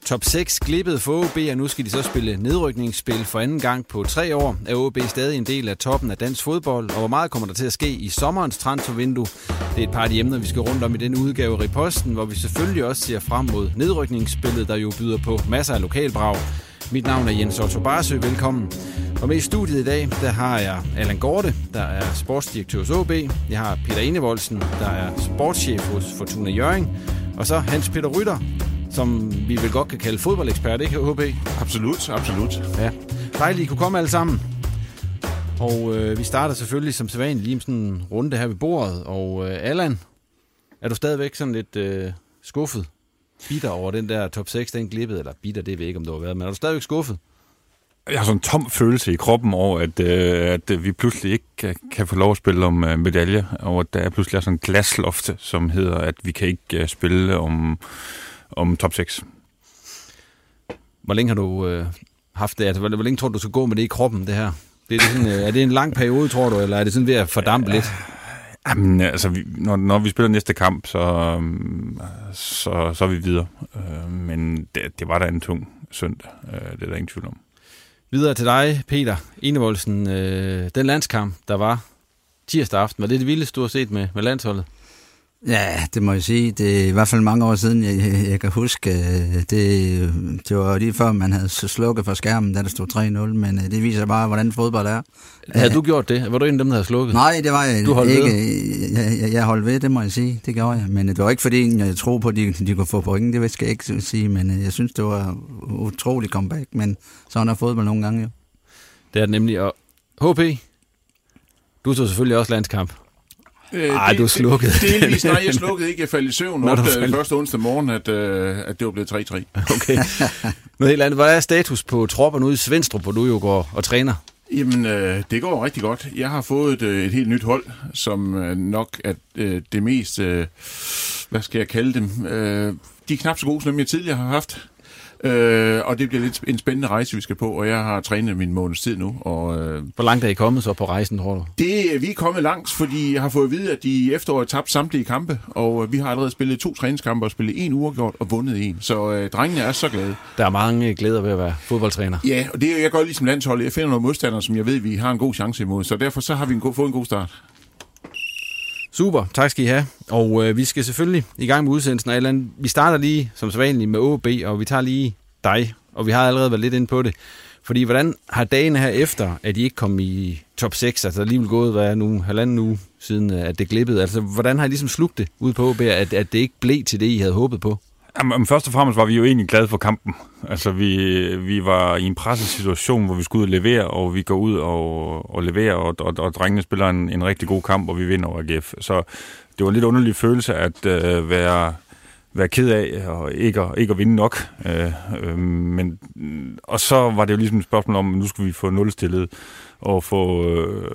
Top 6 glippede for AaB, og nu skal de så spille nedrykningsspil for anden gang på 3 år. Er AaB stadig en del af toppen af dansk fodbold, og hvor meget kommer der til at ske i sommerens transfervindue? Det er et par af de emner, vi skal rundt om i den udgave af Riposten, hvor vi selvfølgelig også ser frem mod nedrykningsspillet, der jo byder på masser af lokalbrag. Mit navn er Jens Otto Barsø, velkommen. Og med i studiet i dag, der har jeg Allan Gorte, der er sportsdirektør hos AaB. Jeg har Peter Enevoldsen, der er sportschef hos Fortuna Hjørring. Og så Hans Peter Rytter, som vi vel godt kan kalde fodboldekspert, ikke AaB? Absolut. Ja. Dejligt, I kunne komme alle sammen. Og vi starter selvfølgelig som sædvanligt lige med sådan en runde her ved bordet. Og Allan, er du stadigvæk sådan lidt skuffet? Bitter over den der top 6, den glippede, eller bitter, det ved jeg ikke, om det har været, men er du stadigvæk skuffet? Jeg har sådan en tom følelse i kroppen over, at vi pludselig ikke kan få lov at spille om medaljer, og at der er pludselig sådan en glasloft, som hedder, at vi kan ikke spille om top 6. Hvor længe har du haft det? Altså, hvor længe tror du skal gå med det i kroppen, det her? Det er, sådan, er det en lang periode, tror du, eller er det sådan ved at fordampe lidt? Jamen, altså, når vi spiller næste kamp, så er vi videre. Men det var da en tung søndag. Det er der ingen tvivl om. Videre til dig, Peter Enevoldsen. Den landskamp, der var tirsdag aften, var det vildeste, du har set med landsholdet? Ja, det må jeg sige. Det er i hvert fald mange år siden, jeg kan huske. Det var lige før, man havde slukket for skærmen, da der stod 3-0, men det viser bare, hvordan fodbold er. Havde du gjort det? Var du en af dem, der havde slukket? Nej, det var jeg du holdt ikke. Ved? Jeg holdt ved, det må jeg sige. Det gjorde jeg. Men det var ikke fordi, jeg tror på, at de kunne få point. Det skal jeg ikke sige, men jeg synes, det var utrolig comeback. Men sådan er fodbold nogle gange jo. Det er det nemlig. Og HP, du tog selvfølgelig også landskamp. Du slukkede. Delvis, nej, jeg slukkede ikke. Jeg faldt i søvn første onsdag morgen, at det var blevet 3-3. Okay. Noget helt andet. Hvad er status på tropperne ude i Svenstrup, hvor du jo går og træner? Jamen, det går rigtig godt. Jeg har fået et helt nyt hold, som nok er det mest, hvad skal jeg kalde dem? De er knap så gode, som jeg tidligere har haft. Og det bliver lidt en spændende rejse, vi skal på, og jeg har trænet min måneds tid nu. Og, hvor langt er I kommet så på rejsen, tror du? Vi er kommet langt, fordi jeg har fået at vide, at de i efteråret tabte samtlige kampe, og vi har allerede spillet 2 træningskampe og spillet 1 uafgjort og vundet 1. Så drengene er så glade. Der er mange glæder ved at være fodboldtræner. Ja, og det jeg gør ligesom landsholdet. Jeg finder nogle modstandere, som jeg ved, vi har en god chance imod, så derfor så har vi fået en god start. Super, tak skal I have. Og vi skal selvfølgelig i gang med udsendelsen af Allan. Vi starter lige som sædvanligt med AaB, og vi tager lige dig, og vi har allerede været lidt inde på det. Fordi hvordan har dagene her efter, at I ikke kom i top 6, altså alligevel gået, hvad er nu, 1,5 uge siden, at det glippede, altså hvordan har I ligesom slugt det ude på AaB, at det ikke blev til det, I havde håbet på? Jamen, først og fremmest var vi jo egentlig glade for kampen. Altså, vi var i en presset situation, hvor vi skulle ud og levere, og vi går ud og leverer, og drengene spiller en rigtig god kamp, og vi vinder over AGF. Så det var en lidt underlig følelse at være ked af, og ikke at vinde nok. Og så var det jo ligesom et spørgsmål om, nu skal vi få nulstillet, og få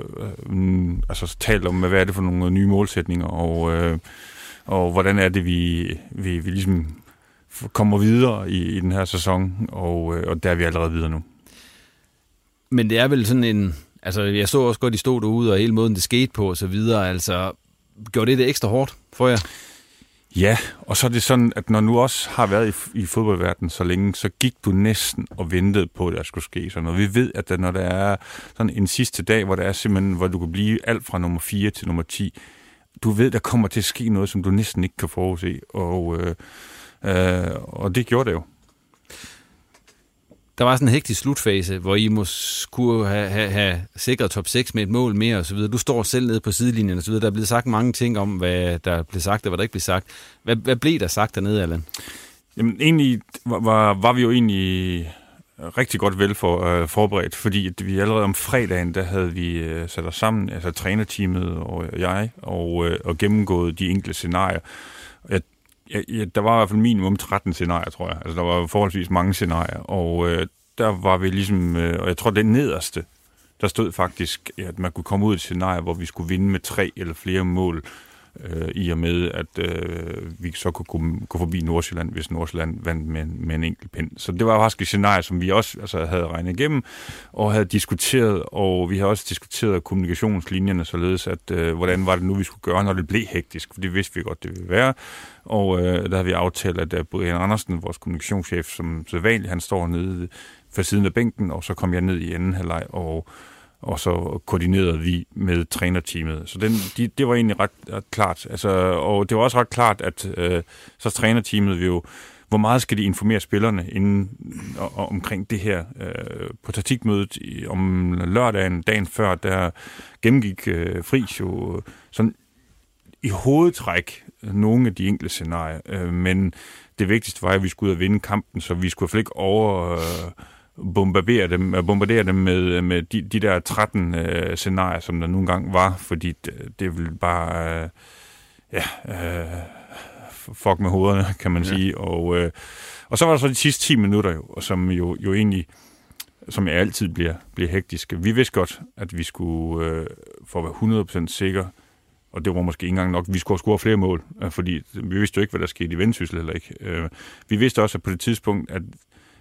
talt om, hvad er det for nogle nye målsætninger, og hvordan er det, vi ligesom kommer videre i den her sæson, og der er vi allerede videre nu. Men det er vel sådan en... Altså, jeg så også godt, I stod derude, og hele måden, det skete på, og så videre. Altså, gjorde det ekstra hårdt for jer? Ja, og så er det sådan, at når nu også har været i fodboldverdenen så længe, så gik du næsten og ventede på, at der skulle ske sådan noget. Vi ved, at når der er sådan en sidste dag, hvor der er simpelthen, hvor du kan blive alt fra nummer 4 til nummer 10, du ved, der kommer til at ske noget, som du næsten ikke kan forudse, og det gjorde det jo. Der var sådan en hektisk slutfase, hvor I skulle have sikret top 6 med et mål mere og så videre. Du står selv nede på sidelinjen og så videre. Der er blevet sagt mange ting om, hvad der blev sagt og hvad der ikke blev sagt. Hvad blev der sagt dernede, Allan? Jamen egentlig var vi jo egentlig rigtig godt forberedt, fordi vi allerede om fredagen, der havde vi sat os sammen, altså trænerteamet og jeg, og gennemgået de enkelte scenarier. Der var i hvert fald minimum 13 scenarier, tror jeg. Altså, der var forholdsvis mange scenarier, og der var vi ligesom... og jeg tror, det nederste, der stod faktisk, at man kunne komme ud i et scenarie, hvor vi skulle vinde med 3 eller flere mål i og med, at vi så kunne gå forbi Nordsjælland, hvis Nordsjælland vandt med en enkelt pind. Så det var faktisk et scenarie, som vi også havde regnet igennem og havde diskuteret, og vi har også diskuteret kommunikationslinjerne således, at hvordan var det nu, vi skulle gøre, når det blev hektisk, for det vidste vi godt, det ville være. Og der har vi aftalt, at Brian Andersen, vores kommunikationschef, som sædvanligt, han står nede for siden af bænken, og så kom jeg ned i anden halvleg, og så koordinerede vi med trænerteamet. Så det var egentlig ret klart. Altså, og det var også ret klart, at så trænerteamet vi jo, hvor meget skal de informere spillerne omkring det her. På taktikmødet om lørdagen, dagen før, der gennemgik Friis jo sådan i hovedtræk nogle af de enkelte scenarier. Men det vigtigste var, at vi skulle ud og vinde kampen, så vi skulle ikke bombardere dem med de der 13 scenarier, som der nogle gange var, fordi det ville bare fuck med hovederne, kan man sige. Og så var der så de sidste 10 minutter, som jo egentlig, som jeg altid bliver hektiske. Vi vidste godt, at vi skulle, for at være 100% sikre, og det var måske ikke engang nok, vi skulle score flere mål, fordi vi vidste jo ikke, hvad der skete i Vendsyssel eller ikke. Vi vidste også, at på det tidspunkt, at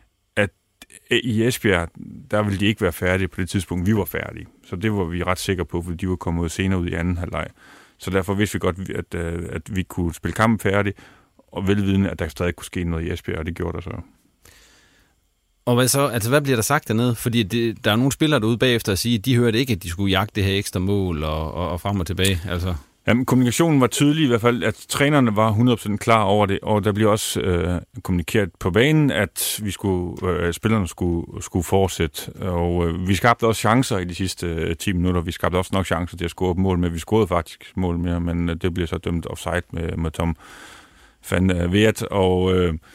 i Esbjerg, der ville de ikke være færdige på det tidspunkt, vi var færdige. Så det var vi ret sikre på, fordi de var kommet senere ud i anden halvleg. Så derfor vidste vi godt, at vi kunne spille kampen færdig, og velvidende, at der stadig kunne ske noget i Esbjerg, og det gjorde der så. Og hvad så? Altså, hvad bliver der sagt dernede? Fordi der er nogle spillere derude bagefter at sige, at de hørte ikke, at de skulle jagte det her ekstra mål og frem og tilbage. Altså. Jamen, kommunikationen var tydelig i hvert fald, at trænerne var 100% klar over det, og der blev også kommunikeret på banen, at vi spillerne skulle fortsætte. Og vi skabte også chancer i de sidste 10 minutter. Vi skabte også nok chancer til at score mål med. Vi scorede faktisk mål mere, men det blev så dømt offside med Tom van Weert. Og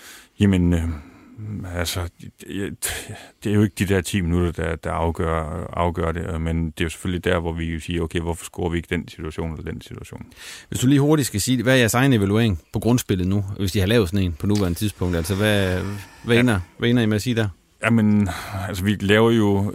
altså, det er jo ikke de der 10 minutter, der afgør det, men det er jo selvfølgelig der, hvor vi siger, okay, hvorfor scorer vi ikke den situation eller den situation? Hvis du lige hurtigt skal sige, hvad er jeres egen evaluering på grundspillet nu, hvis de har lavet sådan en på nuværende tidspunkt? Altså, hvad ender I med at sige der? Jamen, altså, vi laver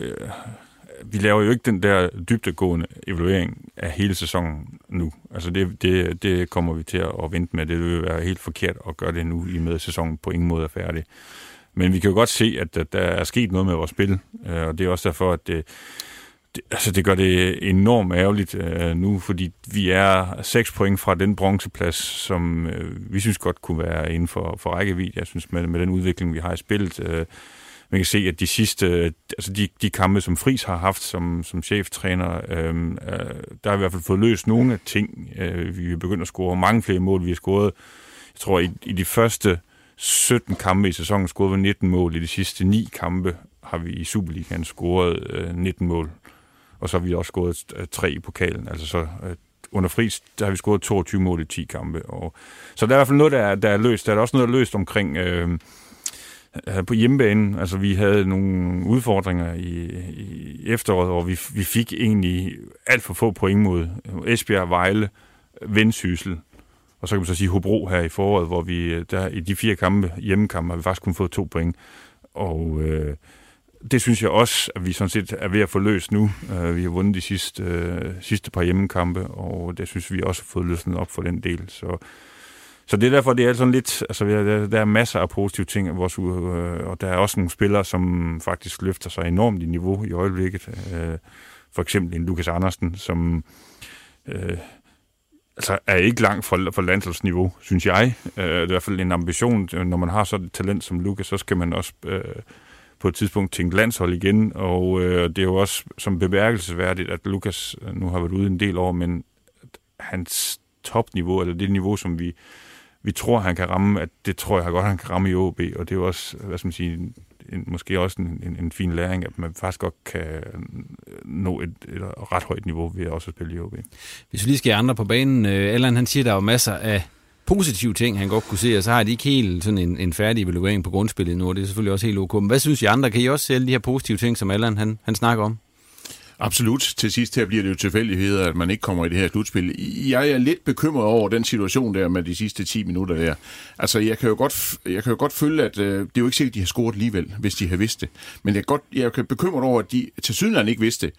jo ikke den der dybdegående evaluering af hele sæsonen nu. Altså, det kommer vi til at vente med. Det vil være helt forkert at gøre det nu, i med at sæsonen på ingen måde er færdig. Men vi kan jo godt se, at der er sket noget med vores spil, og det er også derfor, at det gør det enormt ærgerligt nu, fordi vi er 6 point fra den bronzeplads, som vi synes godt kunne være inden for rækkevidde. Jeg synes, med den udvikling, vi har i spillet, man kan se, at de sidste, altså de kampe, som Friis har haft som cheftræner, der har i hvert fald fået løst nogle af ting. Vi er begyndt at score mange flere mål. Vi har scoret, jeg tror, i de første 17 kampe i sæsonen scorede vi 19 mål. I de sidste 9 kampe har vi i Superligaen scoret 19 mål. Og så har vi også scoret 3 i pokalen. Altså så under Friis, der har vi scoret 22 mål i 10 kampe. Så der er i hvert fald noget, der er løst. Der er også noget, der er løst omkring på hjemmebanen. Altså vi havde nogle udfordringer i efteråret, hvor vi fik egentlig alt for få point mod Esbjerg, Vejle, Vendsyssel. Og så kan man så sige Hobro her i foråret, hvor vi der i de 4 hjemmekampe, har vi faktisk kun fået 2 point. Og det synes jeg også, at vi sådan set er ved at få løst nu. Vi har vundet de sidste par hjemmekampe, og det synes vi også har fået løsnet op for den del. Så det er derfor, det er sådan lidt, altså der er masser af positive ting af vores og der er også nogle spillere, som faktisk løfter sig enormt i niveau i øjeblikket. For eksempel en Lukas Andersen, som altså er ikke langt fra landsholdsniveau, synes jeg. Det er i hvert fald en ambition, når man har sådan et talent som Lukas, så skal man også på et tidspunkt tænke landshold igen, og det er jo også som bemærkelsesværdigt, at Lukas nu har været ude en del år, men hans topniveau, eller det niveau, som vi tror, han kan ramme, at det tror jeg godt, han kan ramme i OB, og det er jo også, hvad skal man sige, måske også en fin læring, at man faktisk godt kan nå et ret højt niveau ved også at spille i OB. Hvis vi lige skal andre på banen, Allan, han siger, der er jo masser af positive ting, han godt kunne se, og så har de ikke helt sådan en færdig evaluering på grundspillet nu, og det er selvfølgelig også helt ok. Men hvad synes I andre? Kan I også se alle de her positive ting, som Allan han snakker om? Absolut. Til sidst her bliver det jo tilfældigheder, at man ikke kommer i det her slutspil. Jeg er lidt bekymret over den situation der med de sidste 10 minutter der. Altså, jeg kan jo godt føle, at det er jo ikke sikkert, at de har scoret alligevel, hvis de har vidst det. Men jeg kan bekymret over, at de tilsyneladende ikke vidste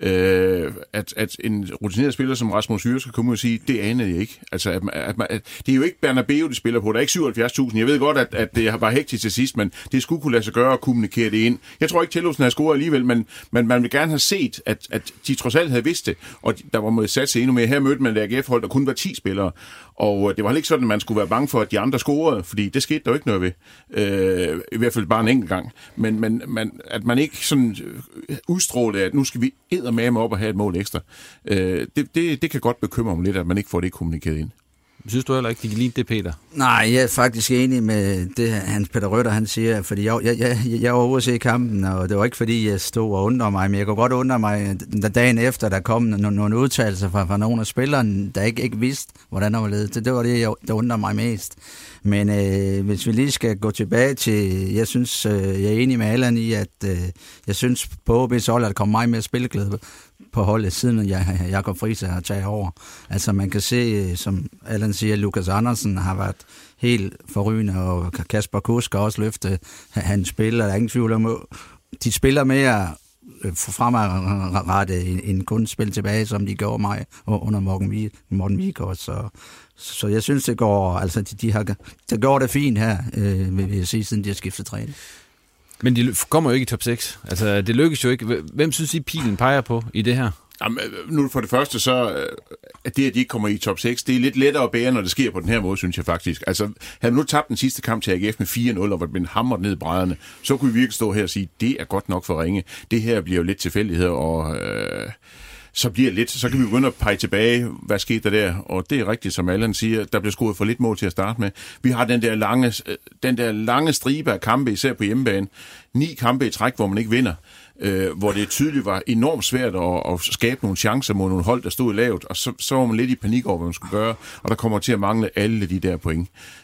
at en rutineret spiller som Rasmus Hyre skal komme ud og sige, det anede jeg ikke. Altså, det er jo ikke Bernabeu, de spiller på. Der er ikke 77.000. Jeg ved godt, at det var hektisk til sidst, men det skulle kunne lade sig gøre at kommunikere det ind. Jeg tror ikke, Tillufsen har scoret alligevel, men man vil gerne have set, at de trods alt havde vidst det, og der var måske sat sig endnu mere. Her mødte man et AGF-hold, der kun var 10 spillere, og det var ikke sådan, at man skulle være bange for, at de andre scorede, fordi det skete der jo ikke noget ved. I hvert fald bare en enkelt gang. Men at man ikke sådan udstrålede, at nu skal vi eddermame op og have et mål ekstra. Det kan godt bekymre mig lidt, at man ikke får det kommunikeret ind. Synes du heller ikke, de kan lide det, Peter? Nej, jeg er faktisk enig med det, Hans Peter Røtter, han siger, fordi jeg var ude at se kampen, og det var ikke fordi, jeg stod og undrede mig, men jeg kunne godt undre mig, dagen efter, der kom nogle udtalelser fra nogle af spillerne, der ikke vidste, hvordan der var ledet. Det var det, der undrede mig mest. Men hvis vi lige skal gå tilbage til, jeg synes, jeg er enig med Allan i, at jeg synes på OB's hold, at der kommer meget mere spilleglæde på holdet, siden Jakob Friis har taget over. Altså man kan se, som Allan siger, Lukas Andersen har været helt forrygende, og Kasper Kusk har også løftet hans spiller. Der er ingen tvivl om, de spiller mere fremadrettet end kun spil tilbage, som de gjorde mig under Morten Vigård. Så jeg synes, det går, altså de går det fint her, vil jeg sige, siden de har skiftet træner. Men de kommer jo ikke i top 6. Altså, det lykkes jo ikke. Hvem synes I, pilen peger på i det her? Jamen, nu for det første, så at det, at de ikke kommer i top 6, det er lidt lettere at bære, når det sker på den her måde, synes jeg faktisk. Altså, havde man nu tabt den sidste kamp til AGF med 4-0, og var blevet hamret ned i brædderne, så kunne vi virkelig stå her og sige, det er godt nok for ringe. Det her bliver jo lidt tilfældighed, og så kan vi begynde at pege tilbage, hvad skete der? Og det er rigtigt, som Allan siger, der bliver scoret for lidt mål til at starte med. Vi har den der lange stribe af kampe, især på hjemmebane. 9 kampe i træk, hvor man ikke vinder. Hvor det tydeligt var enormt svært at skabe nogle chancer mod nogle hold, der stod lavt, og så var man lidt i panik over, hvad man skulle gøre, og der kommer til at mangle alle de der point.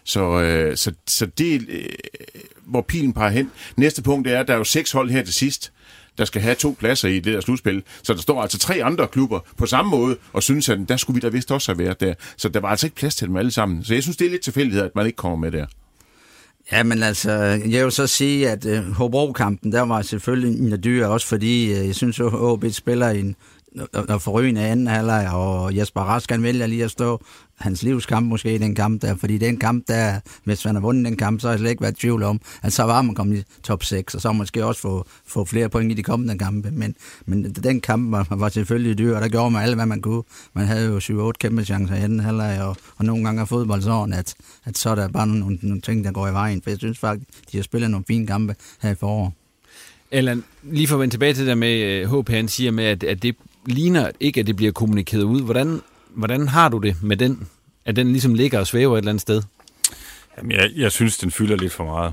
Så det, hvor pilen peger hen. Næste punkt er, at der er jo 6 hold her til sidst, der skal have 2 pladser i det der slutspil. Så der står altså 3 andre klubber på samme måde, og synes, at der skulle vi da vist også have været der. Så der var altså ikke plads til dem alle sammen. Så jeg synes, det er lidt tilfældighed, at man ikke kommer med der. Ja, men altså, jeg vil så sige, at Hobro-kampen, der var selvfølgelig en dyr, også fordi jeg synes, at OB spiller en forrygende anden halvleg, og Jesper Rask kan vælge lige at stå hans livskamp måske i den kamp der, fordi den kamp der, hvis man har vundet den kamp, så har jeg slet ikke været i tvivl om, at så var man kommet i top 6, og så måske også få flere point i de kommende kampe, men den kamp var selvfølgelig dyr, og der gjorde man alt, hvad man kunne. Man havde jo 7-8 kæmpe chancer i anden halvleg, og nogle gange er fodbold sådan, at så er der bare nogle ting, der går i vejen, for jeg synes faktisk, de har spillet nogle fine kampe her i foråret. Allan, lige for at vende tilbage til det der med, HP han siger med, at det ligner ikke, at det bliver kommunikeret ud. Hvordan har du det med den? At den ligesom ligger og svæver et eller andet sted? Jamen, jeg synes, den fylder lidt for meget.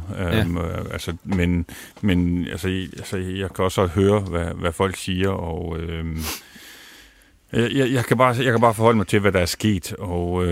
Ja. Jeg kan også høre, hvad folk siger, og jeg kan bare forholde mig til, hvad der er sket, og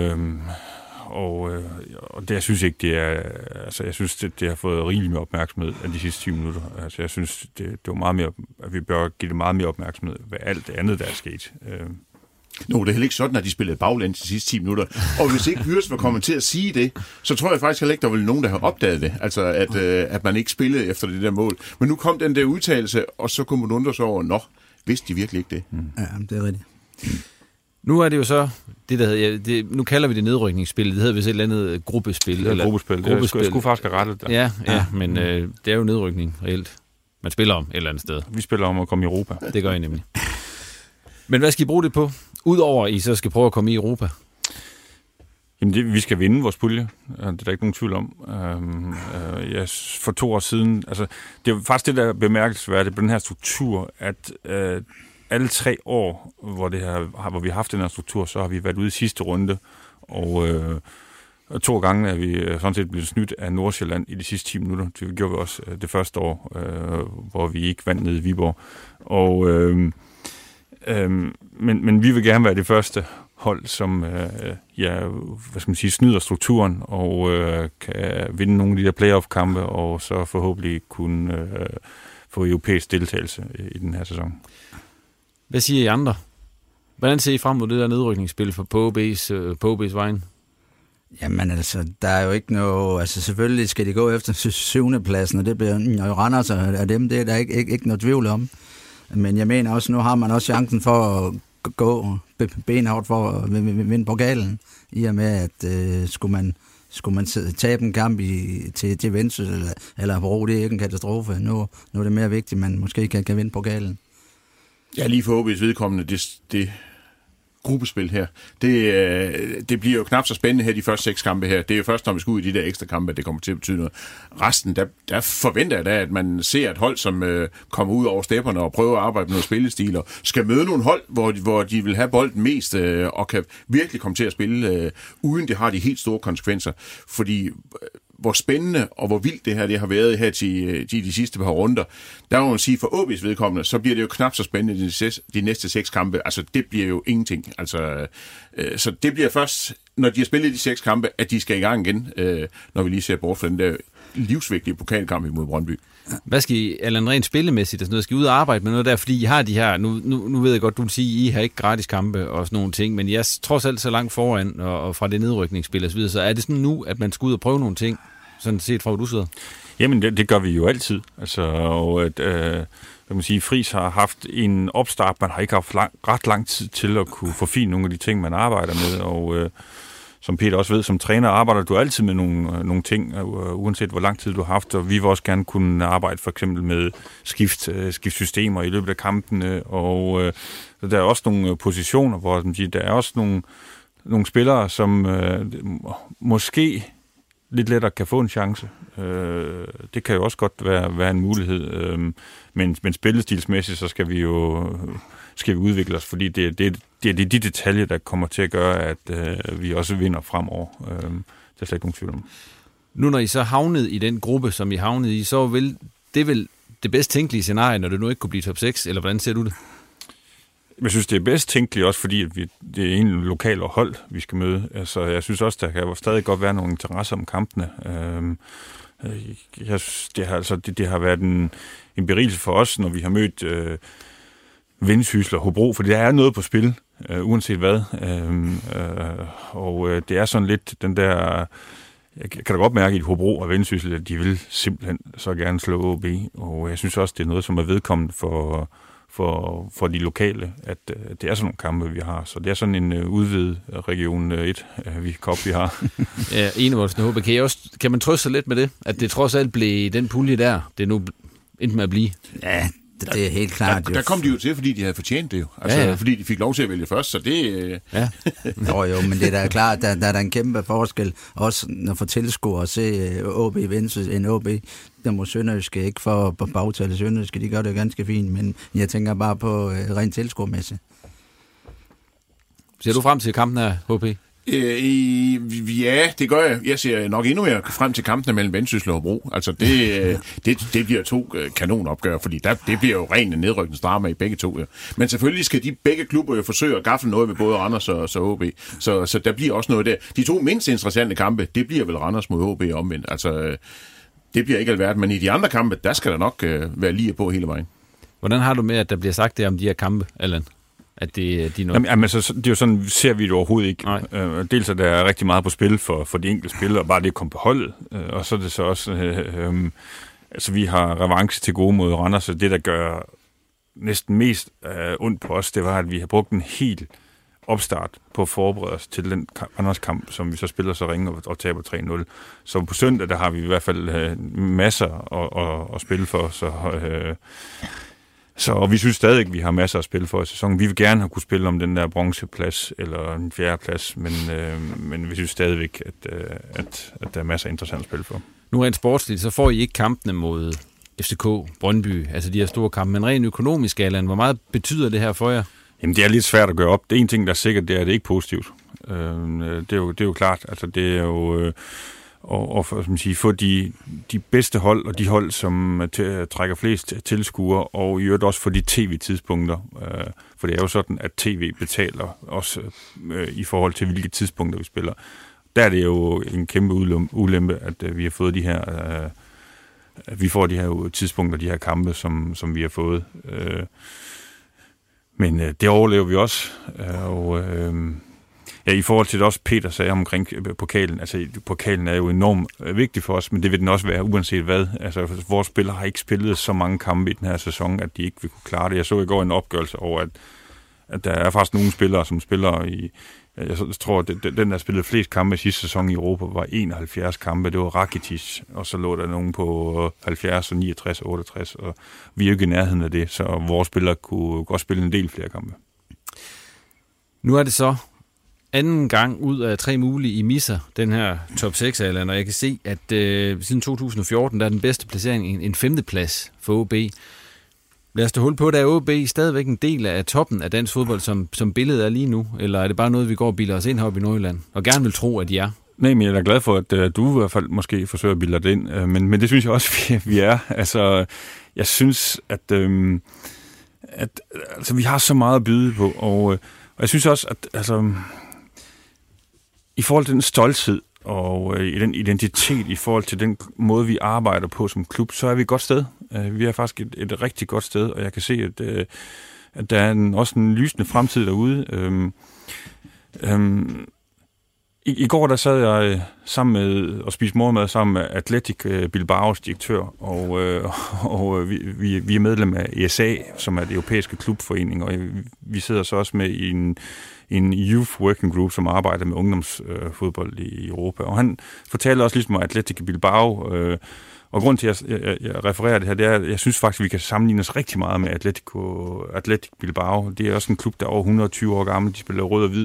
det, jeg synes ikke, det er... Altså, jeg synes, det har fået rigelig med opmærksomhed af de sidste 20 minutter. Altså, jeg synes, det var meget mere... At vi bør give det meget mere opmærksomhed ved alt det andet, der er sket. Det er heller ikke sådan, at de spillede baglæns de sidste 10 minutter. Og hvis ikke Hyres var kommet til at sige det, så tror jeg faktisk heller ikke, der var nogen, der har opdaget det. Altså, at man ikke spillede efter det der mål. Men nu kom den der udtalelse, og så kunne man undre sig over, vidste de virkelig ikke det? Ja, det er rigtigt. Nu er det jo så, det der hedder, nu kalder vi det nedrykningsspil, det hedder vist et eller andet gruppespil. Det er gruppespil. Jeg skulle faktisk have rettet det. Ja, men det er jo nedrykning reelt. Man spiller om et eller andet sted. Vi spiller om at komme i Europa. Det gør I nemlig. Men hvad skal I bruge det på? Udover at I så skal prøve at komme i Europa? Jamen vi skal vinde vores pulje. Det er der ikke nogen tvivl om. For 2 år siden, altså det er faktisk det, der er bemærkelsesværdigt på den her struktur, at alle 3 år, hvor vi har haft den her struktur, så har vi været ude i sidste runde, og 2 gange er vi sådan set blevet snydt af Nordsjælland i de sidste 10 minutter. Det gjorde vi også det første år, hvor vi ikke vandt nede i Viborg. Men vi vil gerne være det første hold, som snyder strukturen og kan vinde nogle af de der playoff-kampe, og så forhåbentlig kunne få europæisk deltagelse i den her sæson. Hvad siger I andre? Hvordan ser I frem mod det der nedrykningsspil på OB's vejen? Jamen altså, der er jo ikke noget... Altså selvfølgelig skal de gå efter 7. pladsen, og det bliver jo Randers af dem, det er der ikke noget tvivl om. Men jeg mener også, nu har man også chancen for at gå benhårdt for at vinde pokalen, i og med, at skulle man tabe en kamp til Vendsyssel eller Hobro, det er ikke en katastrofe. Nu er det mere vigtigt, at man måske kan vinde pokalen. Ja, lige for OB's vedkommende, det gruppespil her, det bliver jo knap så spændende her, de første 6 kampe her. Det er jo først, når vi skal ud i de der ekstra kampe, at det kommer til at betyde noget. Resten, der forventer jeg da, at man ser et hold, som kommer ud over stepperne og prøver at arbejde med nogle spillestil, og skal møde nogle hold, hvor de vil have bolden mest, og kan virkelig komme til at spille, uden det har de helt store konsekvenser. Fordi hvor spændende og hvor vildt det har været her til de sidste par runder, der må man sige, for OB's vedkommende, så bliver det jo knap så spændende de næste 6 kampe. Altså, det bliver jo ingenting. Altså, så det bliver først, når de har spillet de 6 kampe, at de skal i gang igen, når vi lige ser bort fra den der livsvigtige pokalkamp imod Brøndby. Hvad skal I, Allan, rent spillemæssigt, altså noget, skal I ud og arbejde med noget der, fordi I har de her, nu ved jeg godt, du vil sige, I har ikke gratis kampe og sådan nogle ting, men I er trods alt så langt foran, og fra det nedrykningsspil og så videre, så er det sådan nu, at man skal ud og prøve nogle ting, sådan set fra, hvor du sidder? Jamen, det gør vi jo altid. Altså, og at, kan man sige, Friis har haft en opstart, man har ikke haft ret lang tid til at kunne forfine nogle af de ting, man arbejder med, og som Peter også ved, som træner arbejder du altid med nogle ting, uanset hvor lang tid du har haft, og vi vil også gerne kunne arbejde for eksempel med skiftsystemer i løbet af kampene, og så der er også nogle positioner, hvor der er også nogle spillere, som måske lidt lettere kan få en chance. Det kan jo også godt være en mulighed, men spillestilsmæssigt, så skal vi udvikle os, fordi det er de detaljer, der kommer til at gøre, at vi også vinder fremover. Det er slet ikke nogen tvivl om. Nu når I så havnede i den gruppe, som I havnede i, så vil det vel det bedst tænkelige scenarie, når det nu ikke kunne blive top 6, eller hvordan ser du det? Jeg synes, det er bedst tænkeligt også, fordi at det er en lokal hold, vi skal møde. Altså, jeg synes også, der kan stadig godt være nogle interesser om kampene. Jeg synes, det har været en berigelse for os, når vi har mødt Vendsyssel og Hobro, for der er noget på spil, uanset hvad. Og det er sådan lidt den der... Jeg kan da godt mærke i Hobro og Vendsyssel, at de vil simpelthen så gerne slå OB, og jeg synes også, det er noget, som er vedkommende for de lokale, at det er sådan nogle kampe, vi har. Så det er sådan en udvidet region 1, vi har. Ja, Enevoldsen og HB. Kan man trøste sig lidt med det? At det trods alt blev den pulje der, det nu endte med at blive? Ja, det er helt klart. Der kom de jo til, fordi de havde fortjent det jo. Altså, ja. Fordi de fik lov til at vælge først, så det... Ja. Jo, men det er da klart, der er en kæmpe forskel, også når for tilskuere at se OB Vendsyssel en OB, der må Sønderjyske ikke for bagtale Sønderjyske, de gør det ganske fint, men jeg tænker bare på rent tilskuermæssigt. Ser du frem til kampen her, HB? Ja, det gør jeg. Jeg ser nok endnu mere frem til kampene mellem Vendsyssel og Hobro. Altså, det bliver 2 kanonopgør, fordi det bliver jo ren nedrykningsdrama i begge 2. Ja. Men selvfølgelig skal de begge klubber jo forsøge at gafle noget ved både Randers og HB. Så der bliver også noget der. De 2 mindst interessante kampe, det bliver vel Randers mod HB omvendt. Altså, det bliver ikke alverden, men i de andre kampe, der skal der nok være lige på hele vejen. Hvordan har du med, at der bliver sagt det om de her kampe, Allan? At de Jamen, så, det er jo sådan, ser vi det overhovedet ikke. Dels er der rigtig meget på spil for de enkelte spillere, bare det at komme på holdet. Og så er det så også, altså vi har revanche til gode mod Randers, så det, der gør næsten mest ondt på os, det var, at vi har brugt en helt opstart på at forberede os til den Randers-kamp, som vi så spiller så ringe og taber 3-0. Så på søndag, der har vi i hvert fald masser at spille for, så vi synes stadig, at vi har masser at spille for i sæsonen. Vi vil gerne have kunne spille om den der bronzeplads eller en 4. plads, men vi synes stadigvæk, at der er masser af interessant at spille for. Nu rent sportsligt, så får I ikke kampene mod FCK, Brøndby, altså de her store kampe, men rent økonomisk, Allan, hvor meget betyder det her for jer? Jamen, det er lidt svært at gøre op. Det er en ting, der er sikkert, det er ikke positivt. Det er jo klart. Altså, det er jo... Og for, som siger, få de bedste hold, og de hold, som trækker flest tilskuere, og i øvrigt også for de tv-tidspunkter. For det er jo sådan, at tv betaler også i forhold til, hvilke tidspunkter vi spiller. Der er det jo en kæmpe ulempe, at vi har fået de her... vi får de her tidspunkter, de her kampe, som vi har fået. Men det overlever vi også, og ja, i forhold til det også Peter sagde omkring pokalen, altså pokalen er jo enormt vigtig for os, men det vil den også være uanset hvad. Altså vores spillere har ikke spillet så mange kampe i den her sæson, at de ikke vil kunne klare det. Jeg så i går en opgørelse over, at der er faktisk nogle spillere, som spiller i, jeg tror, at den der spillede flest kampe i sidste sæson i Europa var 71 kampe. Det var Rakitic, og så lå der nogen på 70 og 69 og 68, og vi er jo ikke i nærheden af det, så vores spillere kunne godt spille en del flere kampe. Nu er det så anden gang ud af 3 mulige, I misser den her top 6-alder, og jeg kan se, at siden 2014, der er den bedste placering en 5. plads for OB. Lad os da hul på, der er OB stadigvæk en del af toppen af dansk fodbold, som billedet er lige nu, eller er det bare noget, vi går og bilder os ind heroppe i Nordjylland, og gerne vil tro, at de er? Nej, men jeg er glad for, at du i hvert fald måske forsøger at bilde det ind, men det synes jeg også, vi er. Altså, jeg synes, at altså, vi har så meget at byde på, og jeg synes også, at altså, i forhold til den stolthed og i den identitet, i forhold til den måde, vi arbejder på som klub, så er vi et godt sted. Vi er faktisk et rigtig godt sted, og jeg kan se, at der er også en lysende fremtid derude. I går der sad jeg sammen med og spiste morgenmad sammen med Athletic Bilbaos direktør, og vi er medlem af ESA, som er det europæiske klubforening, og vi sidder så også med i en youth working group, som arbejder med ungdomsfodbold i Europa. Og han fortalte også ligesom Athletic Bilbao, og grund til, at jeg refererer det her, det er, at jeg synes faktisk, at vi kan sammenligne os rigtig meget med Athletic Bilbao. Det er også en klub, der er over 120 år gammel. De spiller rød og hvid.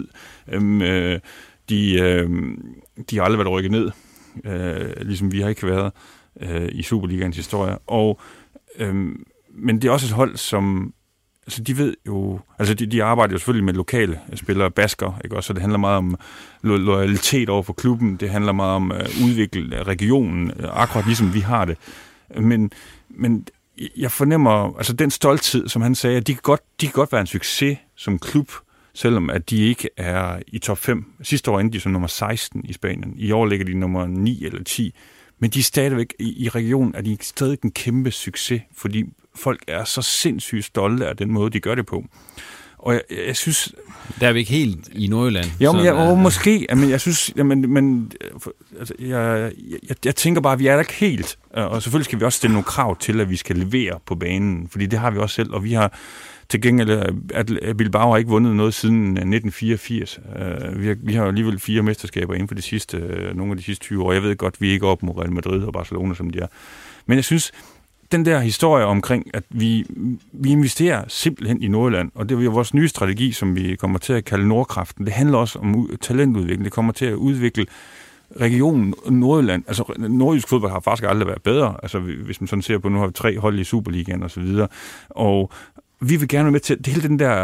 De har aldrig været rykket ned, ligesom vi har ikke været i Superligaens historie. Men det er også et hold, som altså de ved jo, altså de arbejder jo selvfølgelig med lokale spillere, basker, ikke også? Så det handler meget om loyalitet over for klubben, det handler meget om at udvikle regionen, akkurat ligesom vi har det. Men jeg fornemmer, altså den stolthed, som han sagde, at de kan godt være en succes som klub, selvom at de ikke er i top 5. Sidste år endte de som nummer 16 i Spanien. I år ligger de nummer 9 eller 10. Men de er stadigvæk i regionen, er de stadig en kæmpe succes, fordi folk er så sindssygt stolte af den måde, de gør det på. Og jeg synes... Der er vi ikke helt i Nordjylland. Jo, men måske, men jeg synes... Altså, jeg tænker bare, at vi er der ikke helt. Og selvfølgelig skal vi også stille nogle krav til, at vi skal levere på banen, fordi det har vi også selv, og vi har... Til gengæld, at Bilbao har ikke vundet noget siden 1984. Vi har alligevel 4 mesterskaber inden for nogle af de sidste 20 år. Jeg ved godt, vi er ikke op mod Real Madrid og Barcelona, som de er. Men jeg synes, den der historie omkring, at vi investerer simpelthen i Nordjylland, og det er jo vores nye strategi, som vi kommer til at kalde Nordkraften. Det handler også om talentudvikling. Det kommer til at udvikle regionen Nordjylland. Altså, nordjysk fodbold har faktisk aldrig været bedre. Altså, hvis man sådan ser på, nu har vi 3 hold i Superligaen og så videre. Og vi vil gerne være med til det hele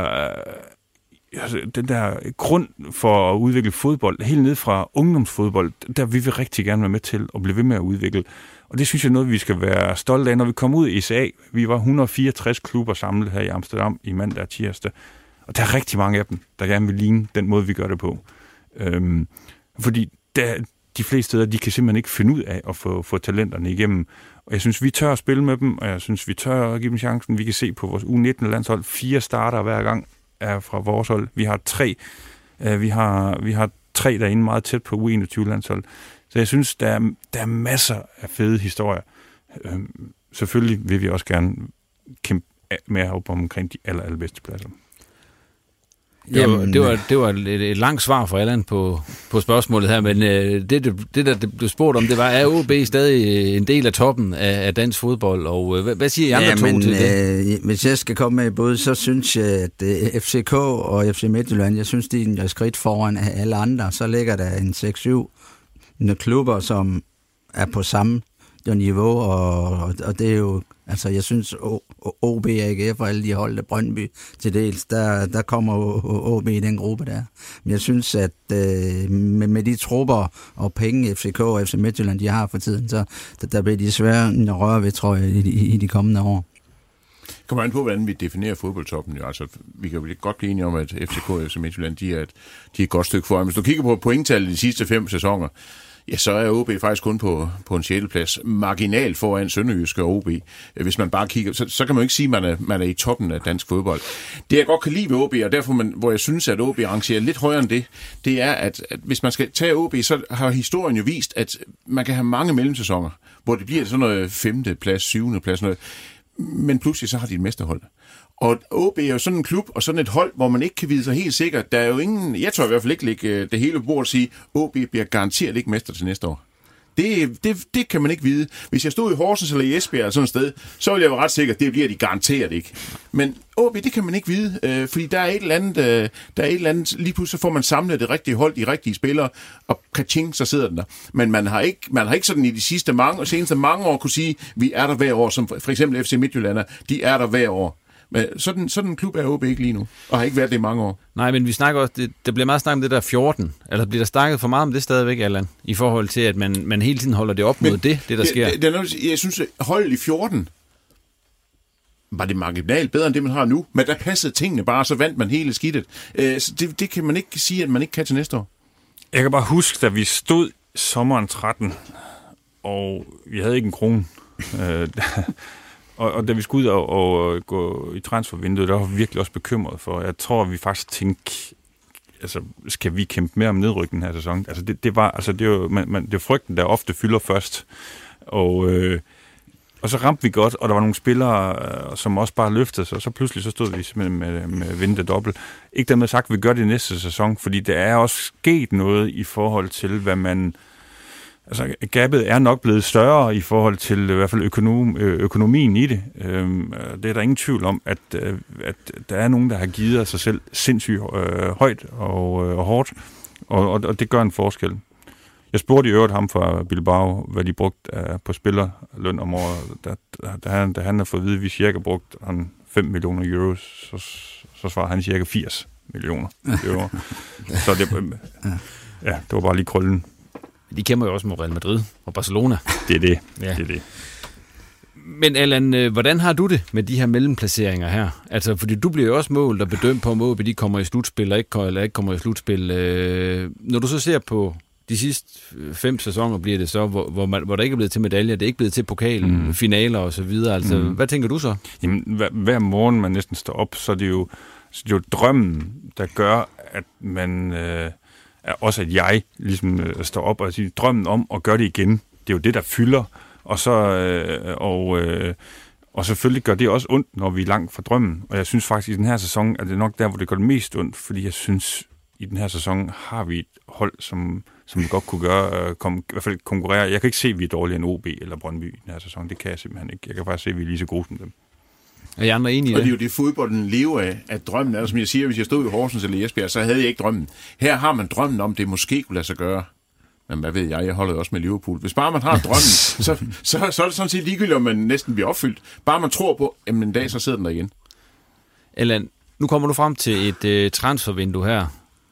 den der grund for at udvikle fodbold, helt ned fra ungdomsfodbold, der vi vil rigtig gerne være med til at blive ved med at udvikle. Og det synes jeg er noget, vi skal være stolte af, når vi kommer ud i ESA. Vi var 164 klubber samlet her i Amsterdam i mandag og tirsdag. Og der er rigtig mange af dem, der gerne vil ligne den måde, vi gør det på. Fordi de fleste steder, de kan simpelthen ikke finde ud af at få talenterne igennem. Og jeg synes, vi tør at spille med dem, og jeg synes, vi tør at give dem chancen. Vi kan se på vores U19-landshold, 4 starter hver gang er fra vores hold. Vi har 3, vi har 3 derinde meget tæt på U21-landshold. Så jeg synes, der er masser af fede historier. Selvfølgelig vil vi også gerne kæmpe mere op omkring de allerbedste pladser. Jamen, det var et langt svar fra Allan på spørgsmålet her, men det der blev spurgt om, det var, er OB stadig en del af toppen af dansk fodbold, og hvad siger I andre to til det? Hvis jeg skal komme med både, så synes jeg, at FCK og FC Midtjylland, jeg synes, de er skridt foran af alle andre. Så ligger der en 6-7 klubber, som er på samme niveau, og det er jo, altså jeg synes OB, AGF og alle de hold der Brøndby til dels, der kommer OB i den gruppe der. Men jeg synes, at med de trupper og penge FCK og FC Midtjylland, de har for tiden, så der bliver de svære at røre ved, tror jeg, i de kommende år. Kommer an på, hvordan vi definerer fodboldtoppen. Jo. Altså, vi kan jo godt blive enige om, at FCK og FC Midtjylland, de er et godt stykke foran. Hvis du kigger på pointtallet de sidste 5 sæsoner, Ja, så er OB faktisk kun på en 6. plads. Marginalt foran Sønderjyske og OB. Hvis man bare kigger, så kan man jo ikke sige, at man er i toppen af dansk fodbold. Det jeg godt kan lide ved OB, og derfor hvor jeg synes, at OB arrangerer lidt højere end det er, at hvis man skal tage OB, så har historien jo vist, at man kan have mange mellemsæsoner, hvor det bliver sådan noget 5. plads, 7. plads, noget. Men pludselig så har de et mesterhold. Og OB er jo sådan en klub og sådan et hold, hvor man ikke kan vide sig helt sikkert. Der er jo ingen, jeg tror i hvert fald ikke lægge det hele på bordet og sige, OB bliver garanteret ikke mester til næste år. Det kan man ikke vide. Hvis jeg stod i Horsens eller i Esbjerg eller sådan et sted, så ville jeg være ret sikker, at det bliver de garanteret ikke. Men OB, det kan man ikke vide, fordi der er et eller andet, lige pludselig får man samlet det rigtige hold, de rigtige spillere, og kaching, så sidder den der. Men man har ikke sådan i de seneste mange år kunne sige, vi er der hver år, som for eksempel FC Midtjylland, de er der hver år. Men sådan en klub er OB ikke lige nu, og har ikke været det i mange år. Nej, men vi snakker også, der bliver meget snakket om det der 14. Eller bliver der snakket for meget om det stadigvæk, Allan? I forhold til, at man hele tiden holder det op mod det der sker. Jeg synes, holdet i 14 var det marginalt bedre end det, man har nu. Men der passede tingene bare, så vandt man hele skidtet. Så det kan man ikke sige, at man ikke kan til næste år. Jeg kan bare huske, da vi stod sommeren 13, og vi havde ikke en krone. Og da vi skulle ud og gå i transfervinduet, der var vi virkelig også bekymret for. Jeg tror, vi faktisk tænkte, altså, skal vi kæmpe mere om nedrykningen her sæson? Altså, det er jo det er frygten, der ofte fylder først. Og så ramte vi godt, og der var nogle spillere, som også bare løftede sig, og så pludselig så stod vi simpelthen med vinde dobbelt. Ikke dermed sagt, at vi gør det næste sæson, fordi der er også sket noget i forhold til, hvad man... Altså, gabet er nok blevet større i forhold til i hvert fald økonomien i det. Det er der ingen tvivl om, at der er nogen, der har givet sig selv sindssygt højt og hårdt, og det gør en forskel. Jeg spurgte i øvrigt ham fra Bilbao, hvad de brugte på spillerløn om året. Da han har fået at vide, at vi cirka brugt 5 millioner euro, så svarer han cirka 80 millioner euro. Så det var bare lige krøllen. De kæmper jo også mod Real Madrid og Barcelona. Det er det. Ja. Det er det. Men Allan, hvordan har du det med de her mellemplaceringer her? Altså, fordi du bliver jo også målt og bedømt på, om OB de kommer i slutspil eller ikke kommer i slutspil. Når du så ser på de sidste 5 sæsoner, bliver det så, hvor der ikke er blevet til medaljer, det er ikke blevet til pokalen, finaler og så videre. Altså, hvad tænker du så? Jamen, hver morgen man næsten står op, så er det jo drømmen, der gør, at man... også at jeg ligesom står op og siger drømmen om at gøre det igen. Det er jo det, der fylder. Og selvfølgelig gør det også ondt, når vi er langt fra drømmen. Og jeg synes faktisk, i den her sæson, at det er nok der, hvor det gør det mest ondt, fordi jeg synes, i den her sæson har vi et hold, som vi godt kunne gøre, i hvert fald konkurrere. Jeg kan ikke se, at vi er dårligere end OB eller Brøndby i den her sæson. Det kan jeg simpelthen ikke. Jeg kan faktisk se, at vi er lige så gode som dem. Er I andre enige? Og det er jo det, fodbolden lever af, at drømmen er, som jeg siger, hvis jeg stod i Horsens eller Esbjerg, så havde jeg ikke drømmen. Her har man drømmen om, det måske kunne lade sig gøre. Men hvad ved jeg holder også med Liverpool. Hvis bare man har drømmen, så er det sådan set ligegyldigt, om man næsten bliver opfyldt. Bare man tror på, at en dag så sidder den der igen. Allan, nu kommer du frem til et transfervindue her.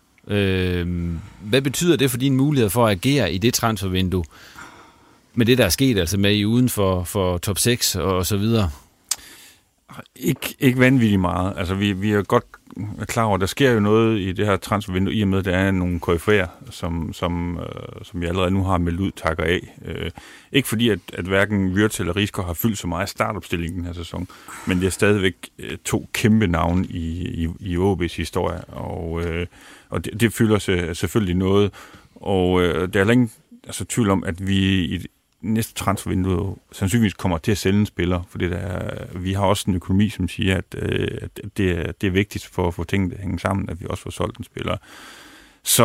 Hvad betyder det for din mulighed for at agere i det transfervindue? Med det, der er sket, altså med i uden for top 6 og så videre? Ikke vanvittigt meget. Altså, vi er godt klar over, at der sker jo noget i det her transfervindue, i og med, at der er nogle KF'er, som vi allerede nu har meldt ud, takker af. Ikke fordi, at hverken Wirtz eller Risker har fyldt så meget startopstillingen den her sæson, men det er stadigvæk 2 kæmpe navne i OB's historie, og det fylder selvfølgelig noget. Og der er ingen tvivl om, at vi i næste transfervindue sandsynligvis kommer til at sælge en spiller, fordi vi har også en økonomi, som siger, at det er vigtigt for at få tingene til at hænge sammen, at vi også får solgt en spiller. Så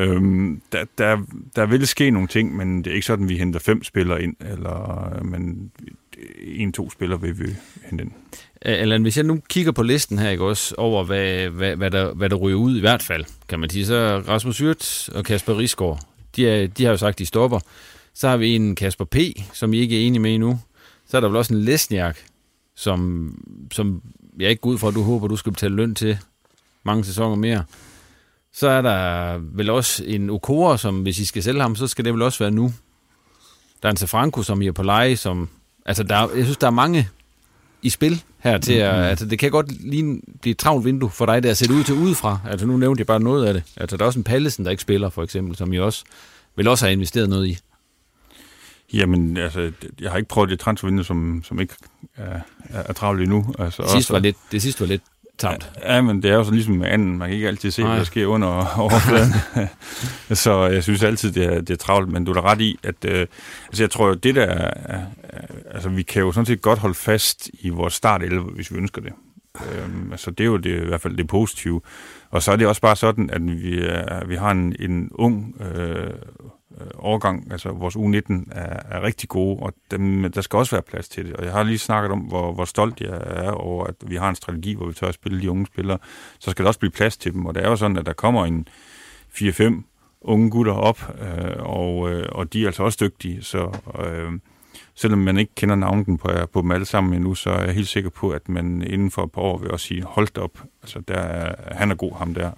der vil ske nogle ting, men det er ikke sådan, at vi henter 5 spillere ind, men 1-2 spillere vil vi hente ind. Allan, hvis jeg nu kigger på listen her, ikke også, over hvad der ryger ud i hvert fald, kan man sige, så Rasmus Wirtz og Kasper Risgaard, de har jo sagt, de stopper. Så har vi en Kasper P., som I ikke er enige med endnu. Så er der vel også en Lesniak, som jeg ikke går ud fra, at du håber, du skal betale løn til mange sæsoner mere. Så er der vel også en Okora, som hvis I skal sælge ham, så skal det vel også være nu. Der er en Safranco, som I er på leje, som... Altså, jeg synes, der er mange i spil her til at... Altså, det kan godt lige blive et travlt vindue for dig, der ser det ud til udefra. Altså, nu nævnte jeg bare noget af det. Altså, der er også en Pallesen, der ikke spiller, for eksempel, som I også vel også have investeret noget i. Jamen, altså, jeg har ikke prøvet det transfervindue, som ikke er travlt endnu. Altså, det sidste var lidt tamt. Ja, men det er jo så ligesom med anden. Man kan ikke altid se, hvad der sker under overfladen. Så jeg synes altid, det er travlt. Men du er da ret i, at altså, jeg tror, det der altså, vi kan jo sådan set godt holde fast i vores startelve, hvis vi ønsker det. Altså, det er jo i hvert fald det positive. Og så er det også bare sådan, at vi har en ung årgang, altså vores U19 er rigtig gode, og der skal også være plads til det. Og jeg har lige snakket om, hvor stolt jeg er over, at vi har en strategi, hvor vi tør at spille de unge spillere. Så skal der også blive plads til dem, og det er jo sådan, at der kommer en 4-5 unge gutter op, og de er altså også dygtige, så selvom man ikke kender navnen på dem alle sammen endnu, så er jeg helt sikker på, at man inden for et par år vil også sige, hold op, altså han er god, ham der,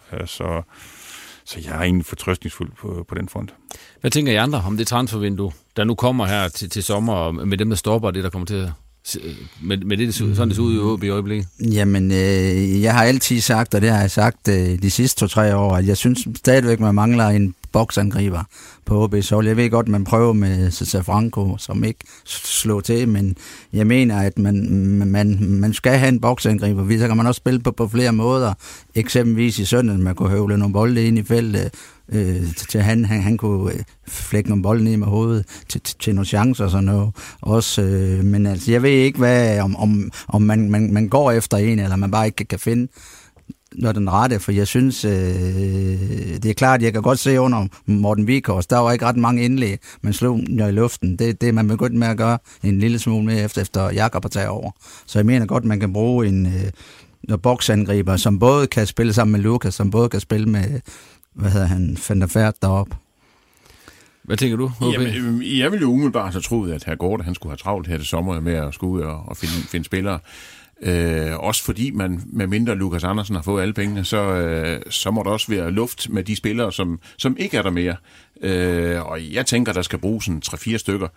så jeg er egentlig fortrøstningsfuld på den front. Hvad tænker I andre om det transfervindue, der nu kommer her til sommer, og med dem, der stopper det, der kommer til at med det, sådan det ser ud i OB i øjeblikket? Jamen, jeg har altid sagt, og det har jeg sagt de sidste 2-3 år, at jeg synes stadigvæk, man mangler en boksangriber på OB's hold. Jeg ved godt, man prøver med Safranco, som ikke slår til, men jeg mener, at man skal have en boksangriber. Så kan man også spille på flere måder. Eksempelvis i søndag, man kunne høvle nogle bolde ind i feltet, til han kunne flække nogle bolde ned med hovedet til nogle chancer og sådan noget. Også, men altså, jeg ved ikke, om man går efter en, eller man bare ikke kan finde når den rette, for jeg synes, det er klart, jeg kan godt se under Morten Wieghorst, der var ikke ret mange indlæg, man slog i luften. Det man begyndt med at gøre en lille smule mere efter Jakob at tage over. Så jeg mener godt, man kan bruge en boksangriber, som både kan spille sammen med Lukas, som både kan spille med, Van der Fert deroppe. Hvad tænker du, HB? Jamen, jeg ville jo umiddelbart have troet, at herr Gorte, han skulle have travlt her til sommer med at skulle ud og finde spillere. Også fordi man, med mindre Lukas Andersen har fået alle pengene, så må der også være luft med de spillere, som ikke er der mere. Og jeg tænker, der skal bruges 3-4 stykker